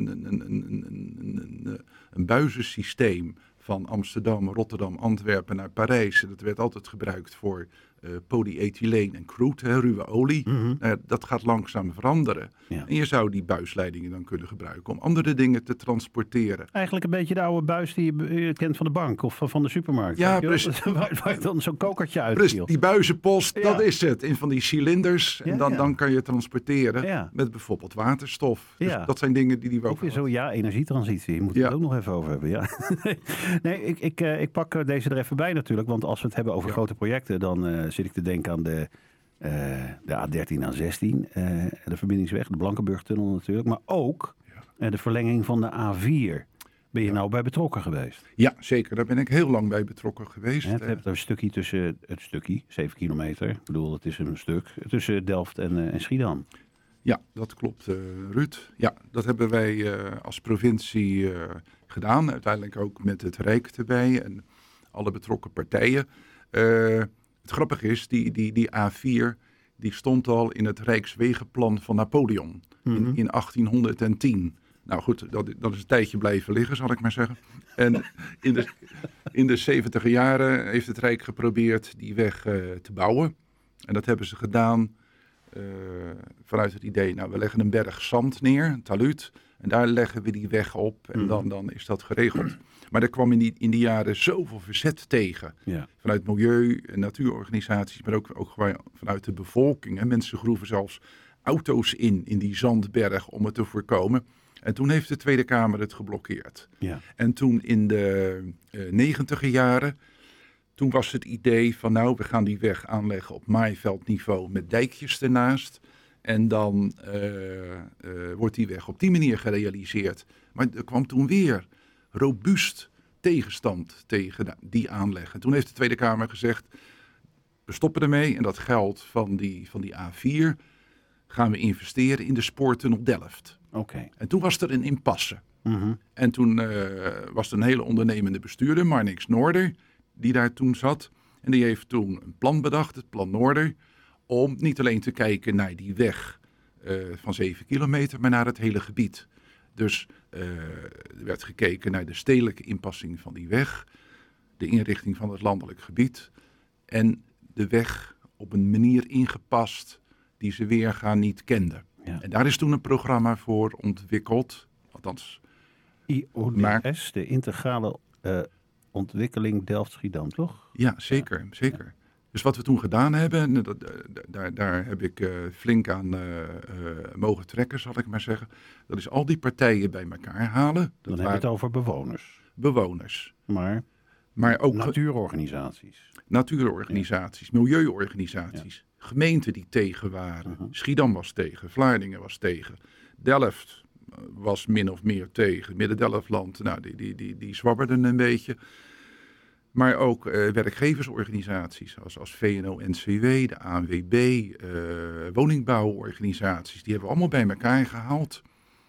[SPEAKER 2] een buizensysteem van Amsterdam, Rotterdam, Antwerpen naar Parijs. Dat werd altijd gebruikt voor polyethyleen en crude, ruwe olie. Mm-hmm. Dat gaat langzaam veranderen. Ja. En je zou die buisleidingen dan kunnen gebruiken om andere dingen te transporteren.
[SPEAKER 1] Eigenlijk een beetje de oude buis die je kent van de bank of van de supermarkt.
[SPEAKER 2] Ja, precies.
[SPEAKER 1] Waar je dan zo'n kokertje uitviel.
[SPEAKER 2] Die buizenpost, dat is het. In van die cilinders. En dan kan je transporteren met bijvoorbeeld waterstof. Dus dat zijn dingen die we ook...
[SPEAKER 1] Zo, energietransitie. Je moet het ook nog even over hebben. Ja. Nee, ik pak deze er even bij natuurlijk. Want als we het hebben over grote projecten, dan zit ik te denken aan de A13, A16, de verbindingsweg, de Blankenburgtunnel natuurlijk, maar ook de verlenging van de A4. Ben je nou bij betrokken geweest?
[SPEAKER 2] Ja, zeker. Daar ben ik heel lang bij betrokken geweest.
[SPEAKER 1] Het hebt een stukje tussen, 7 kilometer, ik bedoel, het is een stuk, tussen Delft en Schiedam.
[SPEAKER 2] Ja, dat klopt, Ruud. Ja, dat hebben wij als provincie gedaan, uiteindelijk ook met het Rijk erbij en alle betrokken partijen. Het grappige is, die A4 die stond al in het Rijkswegenplan van Napoleon in 1810. Nou goed, dat is een tijdje blijven liggen, zal ik maar zeggen. En in de 70e jaren heeft het Rijk geprobeerd die weg te bouwen. En dat hebben ze gedaan vanuit het idee, nou we leggen een berg zand neer, een taluut. En daar leggen we die weg op en dan is dat geregeld. Maar er kwam in die jaren zoveel verzet tegen. Ja. Vanuit milieu- en natuurorganisaties, maar ook vanuit de bevolking. En mensen groeven zelfs auto's in die zandberg om het te voorkomen. En toen heeft de Tweede Kamer het geblokkeerd. Ja. En toen in de 90e jaren, toen was het idee van nou, we gaan die weg aanleggen op maaiveldniveau met dijkjes ernaast. En dan wordt die weg op die manier gerealiseerd. Maar er kwam toen weer robuust tegenstand tegen die aanleg. En toen heeft de Tweede Kamer gezegd, we stoppen ermee en dat geld van die A4 gaan we investeren in de spoortunnel Delft.
[SPEAKER 1] Oké.
[SPEAKER 2] En toen was er een impasse.
[SPEAKER 1] Mm-hmm.
[SPEAKER 2] En toen was er een hele ondernemende bestuurder, Marnix Noorder, die daar toen zat. En die heeft toen een plan bedacht, het Plan Noorder, om niet alleen te kijken naar die weg van 7 kilometer, maar naar het hele gebied. Dus er werd gekeken naar de stedelijke inpassing van die weg, de inrichting van het landelijk gebied en de weg op een manier ingepast die ze weerga niet kenden.
[SPEAKER 1] Ja.
[SPEAKER 2] En daar is toen een programma voor ontwikkeld, althans
[SPEAKER 1] IODS, de integrale ontwikkeling Delft-Schiedam, toch?
[SPEAKER 2] Ja, zeker. Dus wat we toen gedaan hebben, daar heb ik flink aan mogen trekken, zal ik maar zeggen. Dat is al die partijen bij elkaar halen.
[SPEAKER 1] Dan heb je het over bewoners.
[SPEAKER 2] Bewoners.
[SPEAKER 1] Maar
[SPEAKER 2] ook natuurorganisaties, milieuorganisaties. Ja. Gemeenten die tegen waren. Uh-huh. Schiedam was tegen, Vlaardingen was tegen. Delft was min of meer tegen. Midden-Delftland, nou, die zwabberden een beetje. Maar ook werkgeversorganisaties als VNO-NCW, de ANWB, woningbouworganisaties. Die hebben we allemaal bij elkaar gehaald.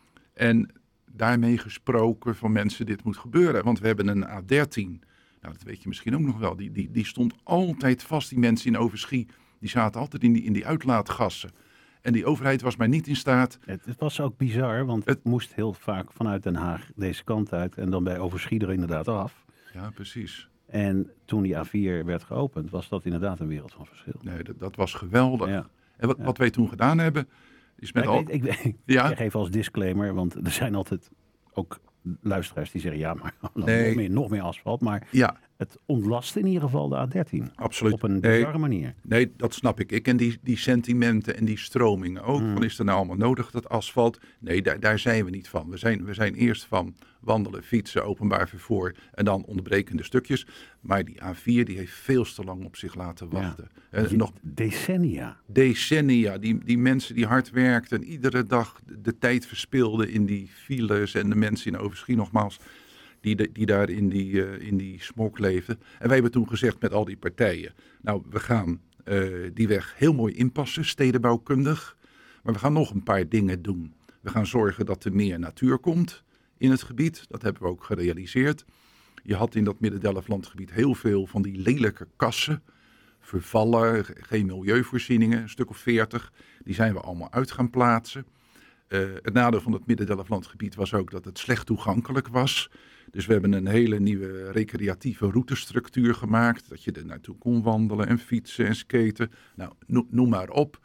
[SPEAKER 2] En daarmee gesproken van mensen, dit moet gebeuren. Want we hebben een A13, nou dat weet je misschien ook nog wel, die stond altijd vast. Die mensen in Overschie, die zaten altijd in die uitlaatgassen. En die overheid was maar niet in staat.
[SPEAKER 1] Het was ook bizar, want het moest heel vaak vanuit Den Haag deze kant uit en dan bij Overschie er inderdaad af.
[SPEAKER 2] Ja, precies.
[SPEAKER 1] En toen die A4 werd geopend, was dat inderdaad een wereld van verschil.
[SPEAKER 2] Nee, dat was geweldig.
[SPEAKER 1] Ja.
[SPEAKER 2] En wat wij toen gedaan hebben, is met
[SPEAKER 1] Ik zeg even als disclaimer, want er zijn altijd ook luisteraars die zeggen, ja, maar nog meer asfalt. Maar het ontlast in ieder geval de A13.
[SPEAKER 2] Absoluut.
[SPEAKER 1] Op een bizarre manier.
[SPEAKER 2] Nee, dat snap ik. Ik ken die sentimenten en die stromingen ook. Van, is er nou allemaal nodig, dat asfalt? Nee, daar zijn we niet van. We zijn eerst van wandelen, fietsen, openbaar vervoer en dan ontbrekende stukjes. Maar die A4 die heeft veel te lang op zich laten wachten.
[SPEAKER 1] Ja. Nog decennia.
[SPEAKER 2] Decennia. Die mensen die hard werkten, iedere dag de tijd verspilden in die files en de mensen in Overschie nogmaals, die daar in die smok leefden. En wij hebben toen gezegd met al die partijen, nou we gaan die weg heel mooi inpassen, stedenbouwkundig. Maar we gaan nog een paar dingen doen. We gaan zorgen dat er meer natuur komt in het gebied. Dat hebben we ook gerealiseerd. Je had in dat Midden-Delftlandgebied heel veel van die lelijke kassen. Vervallen, geen milieuvoorzieningen, een stuk of 40. Die zijn we allemaal uit gaan plaatsen. Het nadeel van het Midden-Delftlandgebied was ook dat het slecht toegankelijk was. Dus we hebben een hele nieuwe recreatieve routestructuur gemaakt. Dat je er naartoe kon wandelen en fietsen en skaten. Nou, noem maar op.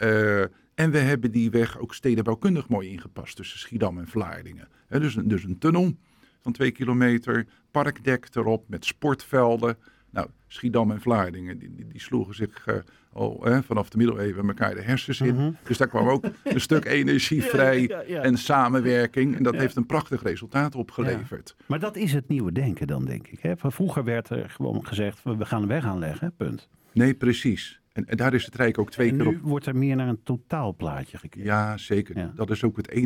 [SPEAKER 2] En we hebben die weg ook stedenbouwkundig mooi ingepast tussen Schiedam en Vlaardingen. Dus een tunnel van 2 kilometer, parkdek erop met sportvelden. Nou, Schiedam en Vlaardingen, die sloegen zich vanaf de middeleeuwen elkaar de hersens in. Mm-hmm. Dus daar kwam ook een stuk energie vrij en samenwerking. En dat heeft een prachtig resultaat opgeleverd.
[SPEAKER 1] Ja. Maar dat is het nieuwe denken dan, denk ik. Hè? Vroeger werd er gewoon gezegd, we gaan een weg aanleggen, punt.
[SPEAKER 2] Nee, precies. En daar is het Rijk ook 2 keer op.
[SPEAKER 1] Nu wordt er meer naar een totaalplaatje gekeken.
[SPEAKER 2] Ja, zeker. Ja. Dat is ook het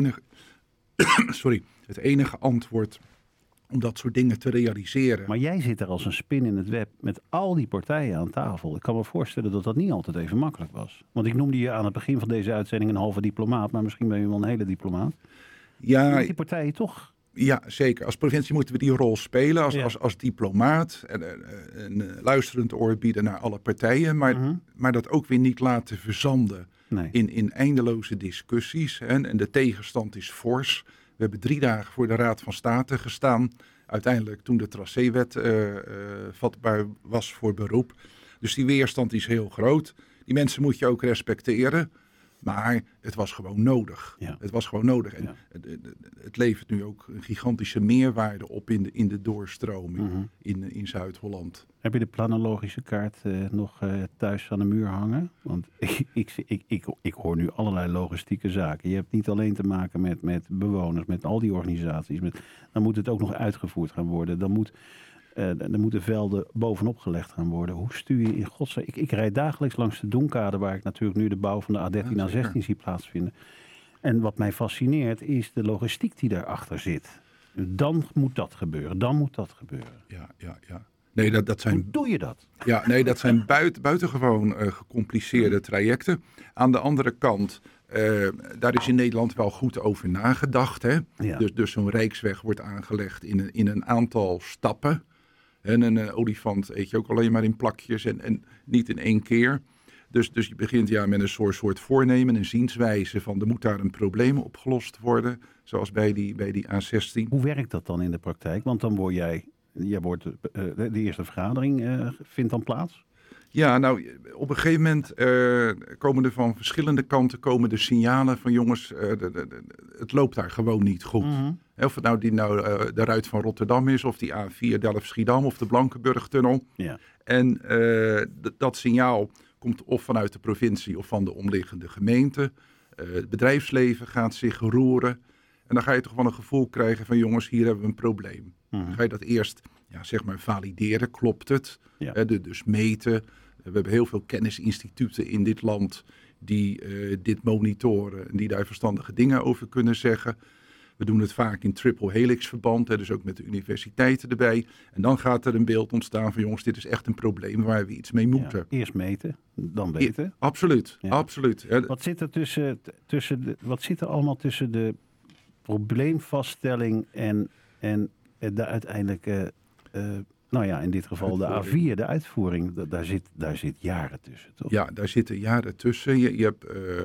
[SPEAKER 2] enige antwoord om dat soort dingen te realiseren.
[SPEAKER 1] Maar jij zit er als een spin in het web met al die partijen aan tafel. Ik kan me voorstellen dat dat niet altijd even makkelijk was. Want ik noemde je aan het begin van deze uitzending een halve diplomaat, maar misschien ben je wel een hele diplomaat.
[SPEAKER 2] Ja,
[SPEAKER 1] met die partijen toch?
[SPEAKER 2] Ja, zeker. Als provincie moeten we die rol spelen als diplomaat. En luisterend oor bieden naar alle partijen. Maar dat ook weer niet laten verzanden in eindeloze discussies. En de tegenstand is fors. We hebben 3 dagen voor de Raad van State gestaan. Uiteindelijk toen de tracéwet vatbaar was voor beroep. Dus die weerstand is heel groot. Die mensen moet je ook respecteren. Maar het was gewoon nodig. Ja. Het was gewoon nodig. En het levert nu ook een gigantische meerwaarde op in de doorstroming in Zuid-Holland.
[SPEAKER 1] Heb je de planologische kaart nog thuis aan de muur hangen? Want ik hoor nu allerlei logistieke zaken. Je hebt niet alleen te maken met bewoners, met al die organisaties. Dan moet het ook nog uitgevoerd gaan worden. Dan moeten velden bovenop gelegd gaan worden. Hoe stuur je in godsnaam? Ik rijd dagelijks langs de Doenkade, waar ik natuurlijk nu de bouw van de A13 A16 zie plaatsvinden. En wat mij fascineert is de logistiek die daarachter zit. Dan moet dat gebeuren.
[SPEAKER 2] Ja. Nee, dat zijn...
[SPEAKER 1] Hoe doe je dat?
[SPEAKER 2] Ja, nee, dat zijn buitengewoon gecompliceerde trajecten. Aan de andere kant, daar is in Nederland wel goed over nagedacht. Hè?
[SPEAKER 1] Ja.
[SPEAKER 2] Dus zo'n rijksweg wordt aangelegd in een aantal stappen. En een olifant eet je ook alleen maar in plakjes en niet in één keer. Dus je begint met een soort voornemen, een zienswijze van er moet daar een probleem opgelost worden. Zoals bij die A16.
[SPEAKER 1] Hoe werkt dat dan in de praktijk? Want dan word jij de eerste vergadering vindt dan plaats?
[SPEAKER 2] Ja, nou, op een gegeven moment komen er van verschillende kanten de signalen van jongens, het loopt daar gewoon niet goed.
[SPEAKER 1] Mm-hmm.
[SPEAKER 2] Of het nou de Ruit van Rotterdam is, of die A4 Delft-Schiedam of de Blankenburg-tunnel.
[SPEAKER 1] Ja.
[SPEAKER 2] En dat signaal komt of vanuit de provincie of van de omliggende gemeente. Het bedrijfsleven gaat zich roeren. En dan ga je toch wel een gevoel krijgen van jongens, hier hebben we een probleem.
[SPEAKER 1] Mm-hmm.
[SPEAKER 2] Dan ga je dat eerst valideren, klopt het?
[SPEAKER 1] Ja.
[SPEAKER 2] Dus meten. We hebben heel veel kennisinstituten in dit land die dit monitoren en die daar verstandige dingen over kunnen zeggen. We doen het vaak in triple helix verband, dus ook met de universiteiten erbij. En dan gaat er een beeld ontstaan van jongens, dit is echt een probleem waar we iets mee moeten.
[SPEAKER 1] Ja, eerst meten, dan weten.
[SPEAKER 2] Absoluut,
[SPEAKER 1] Ja.
[SPEAKER 2] absoluut.
[SPEAKER 1] Wat zit er wat zit er allemaal tussen de probleemvaststelling en de uiteindelijke, in dit geval de A4, de uitvoering, daar zit jaren tussen, toch?
[SPEAKER 2] Ja, daar zitten jaren tussen. Je hebt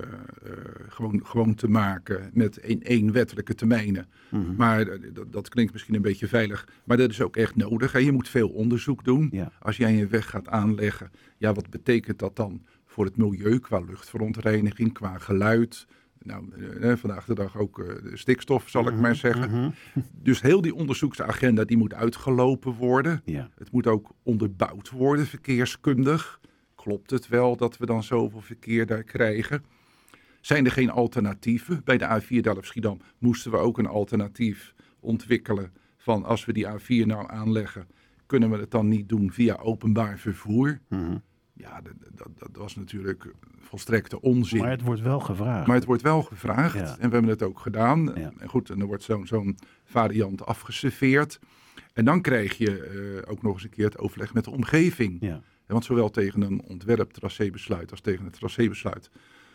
[SPEAKER 2] gewoon te maken met één wettelijke termijnen.
[SPEAKER 1] Mm-hmm.
[SPEAKER 2] Maar dat klinkt misschien een beetje veilig. Maar dat is ook echt nodig. Hè? Je moet veel onderzoek doen.
[SPEAKER 1] Ja.
[SPEAKER 2] Als jij een weg gaat aanleggen, wat betekent dat dan voor het milieu qua luchtverontreiniging, qua geluid? Nou, vandaag de dag ook stikstof, zal ik maar zeggen.
[SPEAKER 1] Mm-hmm.
[SPEAKER 2] Dus heel die onderzoeksagenda die moet uitgelopen worden.
[SPEAKER 1] Ja.
[SPEAKER 2] Het moet ook onderbouwd worden, verkeerskundig. Klopt het wel dat we dan zoveel verkeer daar krijgen? Zijn er geen alternatieven? Bij de A4 Delft-Schiedam moesten we ook een alternatief ontwikkelen. Van als we die A4 nou aanleggen, kunnen we het dan niet doen via openbaar vervoer?
[SPEAKER 1] Mm-hmm.
[SPEAKER 2] Ja, dat was natuurlijk volstrekte onzin.
[SPEAKER 1] Maar het wordt wel gevraagd.
[SPEAKER 2] Maar het wordt wel gevraagd
[SPEAKER 1] Ja.
[SPEAKER 2] en we hebben het ook gedaan.
[SPEAKER 1] Ja.
[SPEAKER 2] En goed, en er wordt zo'n variant afgeserveerd. En dan krijg je ook nog eens een keer het overleg met de omgeving.
[SPEAKER 1] Ja.
[SPEAKER 2] Want zowel tegen een ontwerp-tracébesluit als tegen het tracébesluit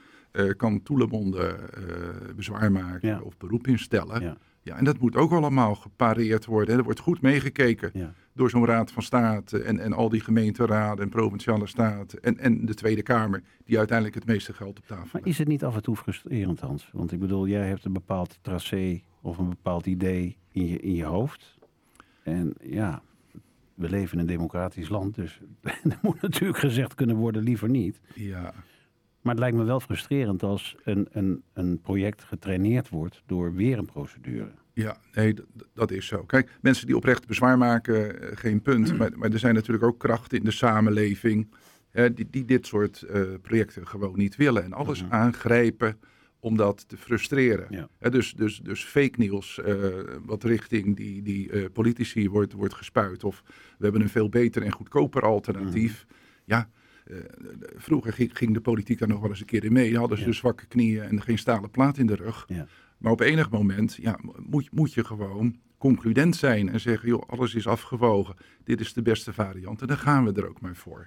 [SPEAKER 2] kan Toelemonde bezwaar maken of beroep instellen.
[SPEAKER 1] Ja.
[SPEAKER 2] Ja, en dat moet ook allemaal gepareerd worden. Er wordt goed meegekeken door zo'n raad van state en al die gemeenteraden en provinciale staten en de Tweede Kamer die uiteindelijk het meeste geld op tafel
[SPEAKER 1] Maar is het niet af en toe frustrerend, Hans? Want ik bedoel, jij hebt een bepaald tracé of een bepaald idee in je hoofd. En ja, we leven in een democratisch land, dus er moet natuurlijk gezegd kunnen worden, liever niet.
[SPEAKER 2] Ja.
[SPEAKER 1] Maar het lijkt me wel frustrerend als een project getraineerd wordt door weer een procedure.
[SPEAKER 2] Ja, nee, dat is zo. Kijk, mensen die oprecht bezwaar maken, geen punt. Maar er zijn natuurlijk ook krachten in de samenleving die dit soort projecten gewoon niet willen. En alles aangrijpen om dat te frustreren. Ja. Dus fake nieuws wat richting die politici wordt gespuit. Of we hebben een veel beter en goedkoper alternatief. Ja. Vroeger ging de politiek daar nog wel eens een keer in mee. Hadden ze zwakke knieën en geen stalen plaat in de rug. Ja. Maar op enig moment moet je gewoon concludent zijn en zeggen, joh, alles is afgewogen. Dit is de beste variant en dan gaan we er ook maar voor.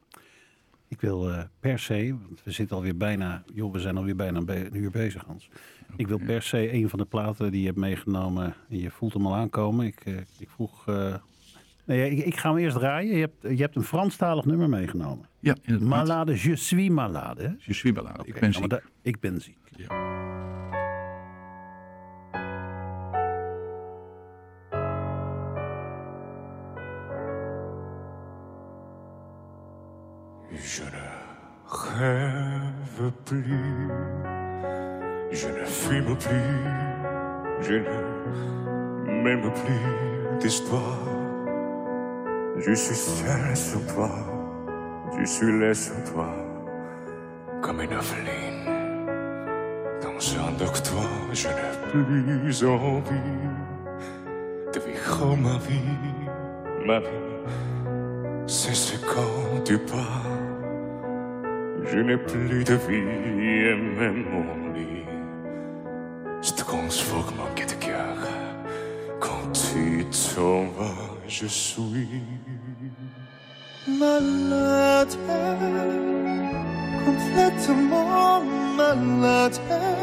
[SPEAKER 1] Ik wil per se, want we zitten alweer bijna, we zijn alweer bijna een uur bezig, Hans. Okay. Ik wil per se een van de platen die je hebt meegenomen, je voelt hem al aankomen. Ik vroeg... ik ga hem eerst draaien. Je hebt een Franstalig nummer meegenomen.
[SPEAKER 2] Ja, inderdaad.
[SPEAKER 1] Malade, je suis malade. Hè?
[SPEAKER 2] Je suis malade, okay, ik ben ziek.
[SPEAKER 1] Ik ben ziek.
[SPEAKER 2] Ja.
[SPEAKER 5] Je ne rêve plus, je ne fume plus, je ne m'aime plus d'histoire. Je suis seul sur toi, je suis laid sur toi, comme une orpheline. Dans un docteur, je n'ai plus envie de vivre ma vie, c'est ce quand tu pars. Je n'ai plus de vie et même mon lit se transforme en quai de cœur quand tu t'en vas, je suis
[SPEAKER 6] malade, complètement malade,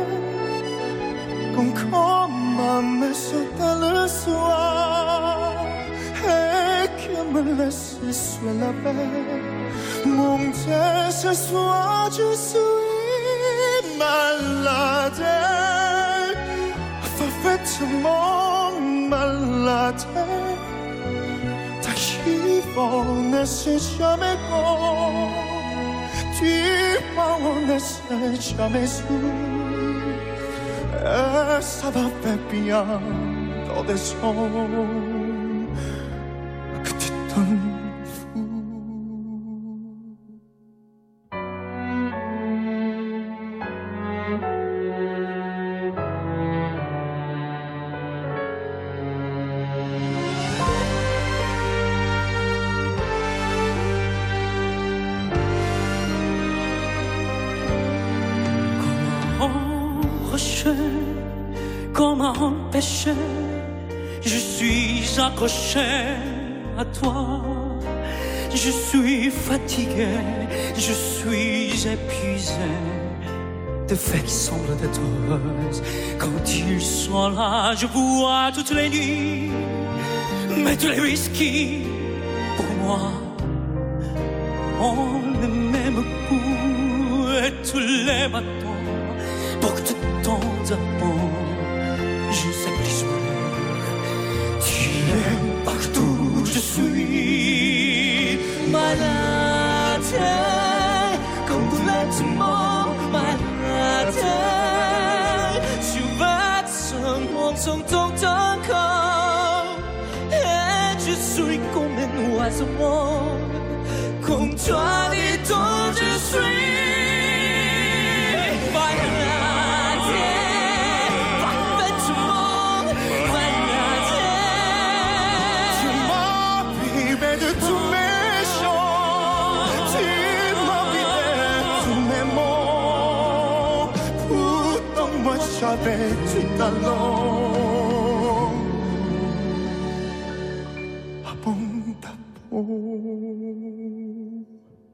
[SPEAKER 6] comme un maison dans le soir et qui me laisse sur la paix. Mon Dieu, ce soir je suis malade, parfaitement malade. Ta chiffon ne sait jamais bon, tu ne sais jamais où. Ça va faire bien dans des sons que tu donnes.
[SPEAKER 7] Comment empêcher? Je suis accroché à toi. Je suis fatigué, je suis épuisé de faits qui semblent d'être heureuses. Quand ils sont là, je bois toutes les nuits, mais tous les whisky pour moi ont le même goût. Et tous les matins, pour que de temps à temps je sais plus tu es partout, je suis malade, complètement malade. Tu vas te dans ton corps et je suis comme un oiseau, comme toi dis donc je suis. J'avais du talent à bon ta peau.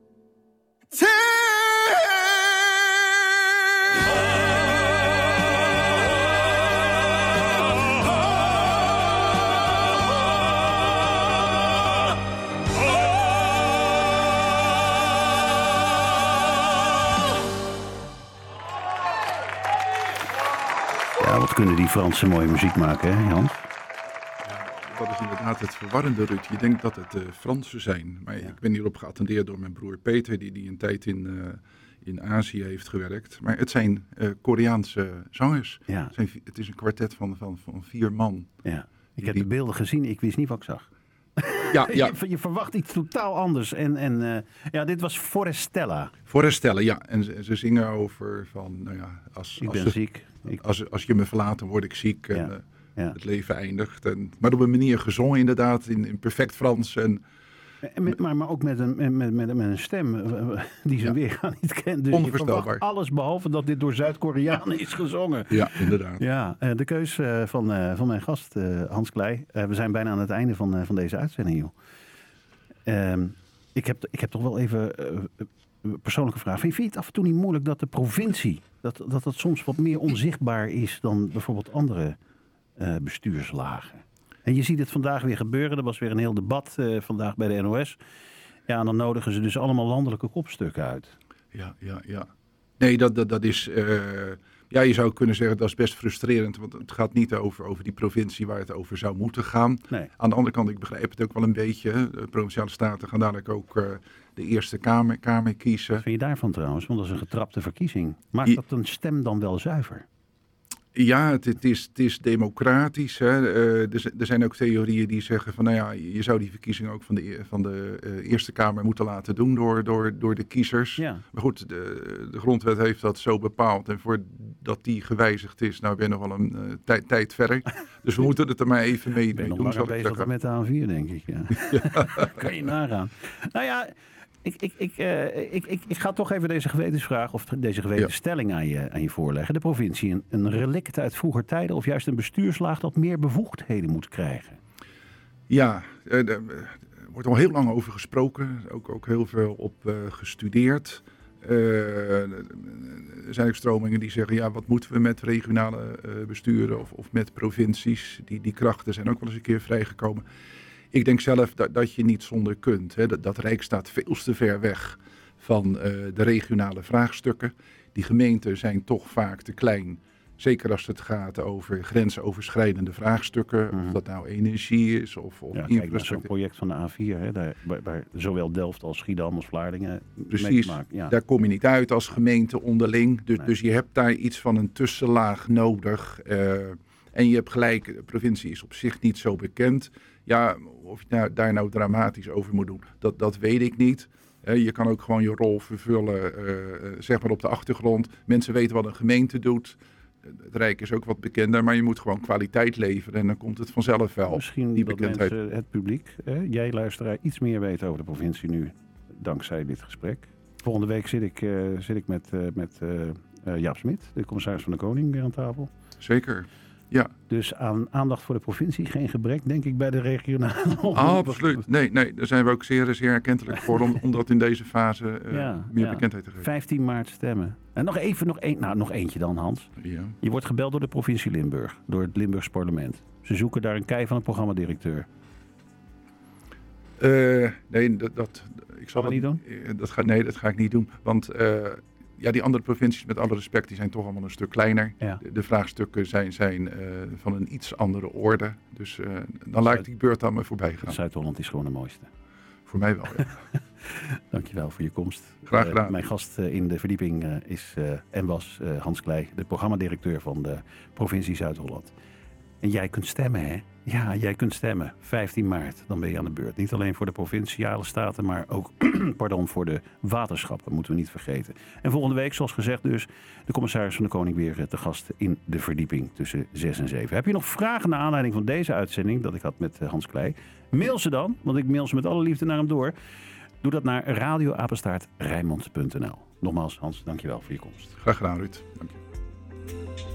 [SPEAKER 1] Wat kunnen die Fransen mooie muziek maken, hè Jan?
[SPEAKER 2] Dat is inderdaad het verwarrende, Ruud. Je denkt dat het Fransen zijn. Maar ik ben hierop geattendeerd door mijn broer Peter, die een tijd in Azië heeft gewerkt. Maar het zijn Koreaanse zangers.
[SPEAKER 1] Ja.
[SPEAKER 2] Het is een kwartet van 4 man.
[SPEAKER 1] Ja. Ik heb de beelden gezien, ik wist niet wat ik zag.
[SPEAKER 2] Ja.
[SPEAKER 1] Je verwacht iets totaal anders. En dit was Forestella.
[SPEAKER 2] Forestella, ja. En ze zingen over van,
[SPEAKER 1] ik ben ziek.
[SPEAKER 2] Als je me verlaat, dan word ik ziek. En het leven eindigt. Maar op een manier gezongen inderdaad, in perfect Frans.
[SPEAKER 1] Maar ook met een stem die zijn weergaan niet kent. Dus
[SPEAKER 2] onvoorstelbaar.
[SPEAKER 1] Alles behalve dat dit door Zuid-Koreanen is gezongen.
[SPEAKER 2] Ja, inderdaad.
[SPEAKER 1] Ja, de keus van mijn gast Hans Klei. We zijn bijna aan het einde van deze uitzending, joh. Ik heb toch wel even een persoonlijke vraag. Vind je het af en toe niet moeilijk dat de provincie, dat soms wat meer onzichtbaar is dan bijvoorbeeld andere bestuurslagen? En je ziet het vandaag weer gebeuren. Er was weer een heel debat vandaag bij de NOS. Ja, en dan nodigen ze dus allemaal landelijke kopstukken uit.
[SPEAKER 2] Ja. Nee, dat is... je zou kunnen zeggen dat is best frustrerend. Want het gaat niet over die provincie waar het over zou moeten gaan.
[SPEAKER 1] Nee.
[SPEAKER 2] Aan de andere kant, ik begrijp het ook wel een beetje. De Provinciale Staten gaan dadelijk ook de Eerste Kamer kiezen.
[SPEAKER 1] Wat vind je daarvan trouwens? Want dat is een getrapte verkiezing. Maakt dat een stem dan wel zuiver?
[SPEAKER 2] Ja, het is democratisch. Hè. Er zijn ook theorieën die zeggen van, je zou die verkiezing ook van de Eerste Kamer moeten laten doen door de kiezers.
[SPEAKER 1] Ja.
[SPEAKER 2] Maar goed, de grondwet heeft dat zo bepaald. En voordat die gewijzigd is, ben je nog wel een tijd verder. Dus we moeten het er maar even mee doen.
[SPEAKER 1] Ik ben nog maar bezig met de A4, denk ik. Ja. Kan je nagaan. Nou ja... Ik ga toch even deze gewetensvraag of deze gewetensstelling aan je voorleggen. De provincie, een relict uit vroeger tijden of juist een bestuurslaag dat meer bevoegdheden moet krijgen?
[SPEAKER 2] Ja, er wordt al heel lang over gesproken. Ook heel veel op gestudeerd. Er zijn ook stromingen die zeggen, ja, wat moeten we met regionale besturen of met provincies? Die krachten zijn ook wel eens een keer vrijgekomen. Ik denk zelf dat je niet zonder kunt. Hè. Dat Rijk staat veel te ver weg van de regionale vraagstukken. Die gemeenten zijn toch vaak te klein. Zeker als het gaat over grensoverschrijdende vraagstukken. Of dat nou energie is of infrastructuur.
[SPEAKER 1] Kijk naar zo'n project van de A4. Hè, waar zowel Delft als Schiedam als Vlaardingen
[SPEAKER 2] Precies, daar kom je niet uit als gemeente onderling. Dus je hebt daar iets van een tussenlaag nodig. En je hebt gelijk, de provincie is op zich niet zo bekend. Ja, of je daar nou dramatisch over moet doen, dat weet ik niet. Je kan ook gewoon je rol vervullen, zeg maar op de achtergrond. Mensen weten wat een gemeente doet. Het Rijk is ook wat bekender, maar je moet gewoon kwaliteit leveren. En dan komt het vanzelf wel.
[SPEAKER 1] Misschien
[SPEAKER 2] die
[SPEAKER 1] dat
[SPEAKER 2] bekendheid.
[SPEAKER 1] mensen, het publiek, jij luisteraar, iets meer weten over de provincie nu. Dankzij dit gesprek. Volgende week zit ik met Jaap Smit, de commissaris van de Koning, weer aan tafel.
[SPEAKER 2] Zeker. Ja.
[SPEAKER 1] Dus aan aandacht voor de provincie geen gebrek, denk ik, bij de regionale.
[SPEAKER 2] Absoluut. Nee, daar zijn we ook zeer erkentelijk voor om dat in deze fase meer bekendheid te geven.
[SPEAKER 1] 15 maart stemmen. En nog eentje dan, Hans.
[SPEAKER 2] Ja.
[SPEAKER 1] Je wordt gebeld door de provincie Limburg, door het Limburgs parlement. Ze zoeken daar een kei van een programmadirecteur.
[SPEAKER 2] Nee, ik zal
[SPEAKER 1] dat niet doen?
[SPEAKER 2] Dat ga ik niet doen. Want die andere provincies, met alle respect, die zijn toch allemaal een stuk kleiner. Ja. De vraagstukken zijn van een iets andere orde. Dus dan laat ik die beurt aan me voorbij gaan.
[SPEAKER 1] Zuid-Holland is gewoon de mooiste.
[SPEAKER 2] Voor mij wel, ja.
[SPEAKER 1] Dankjewel voor je komst.
[SPEAKER 2] Graag gedaan.
[SPEAKER 1] Mijn gast in de verdieping is en was Hans Klei, de programmadirecteur van de provincie Zuid-Holland. En jij kunt stemmen, hè? Ja, jij kunt stemmen. 15 maart, dan ben je aan de beurt. Niet alleen voor de provinciale staten, maar ook voor de waterschappen, moeten we niet vergeten. En volgende week, zoals gezegd dus, de commissaris van de Koning weer te gast in de verdieping tussen 6 en 7. Heb je nog vragen naar aanleiding van deze uitzending dat ik had met Hans Klei? Mail ze dan, want ik mail ze met alle liefde naar hem door. Doe dat naar radioapenstaartrijnmond.nl. Nogmaals, Hans, dankjewel voor je komst.
[SPEAKER 2] Graag gedaan, Ruud. Dank je.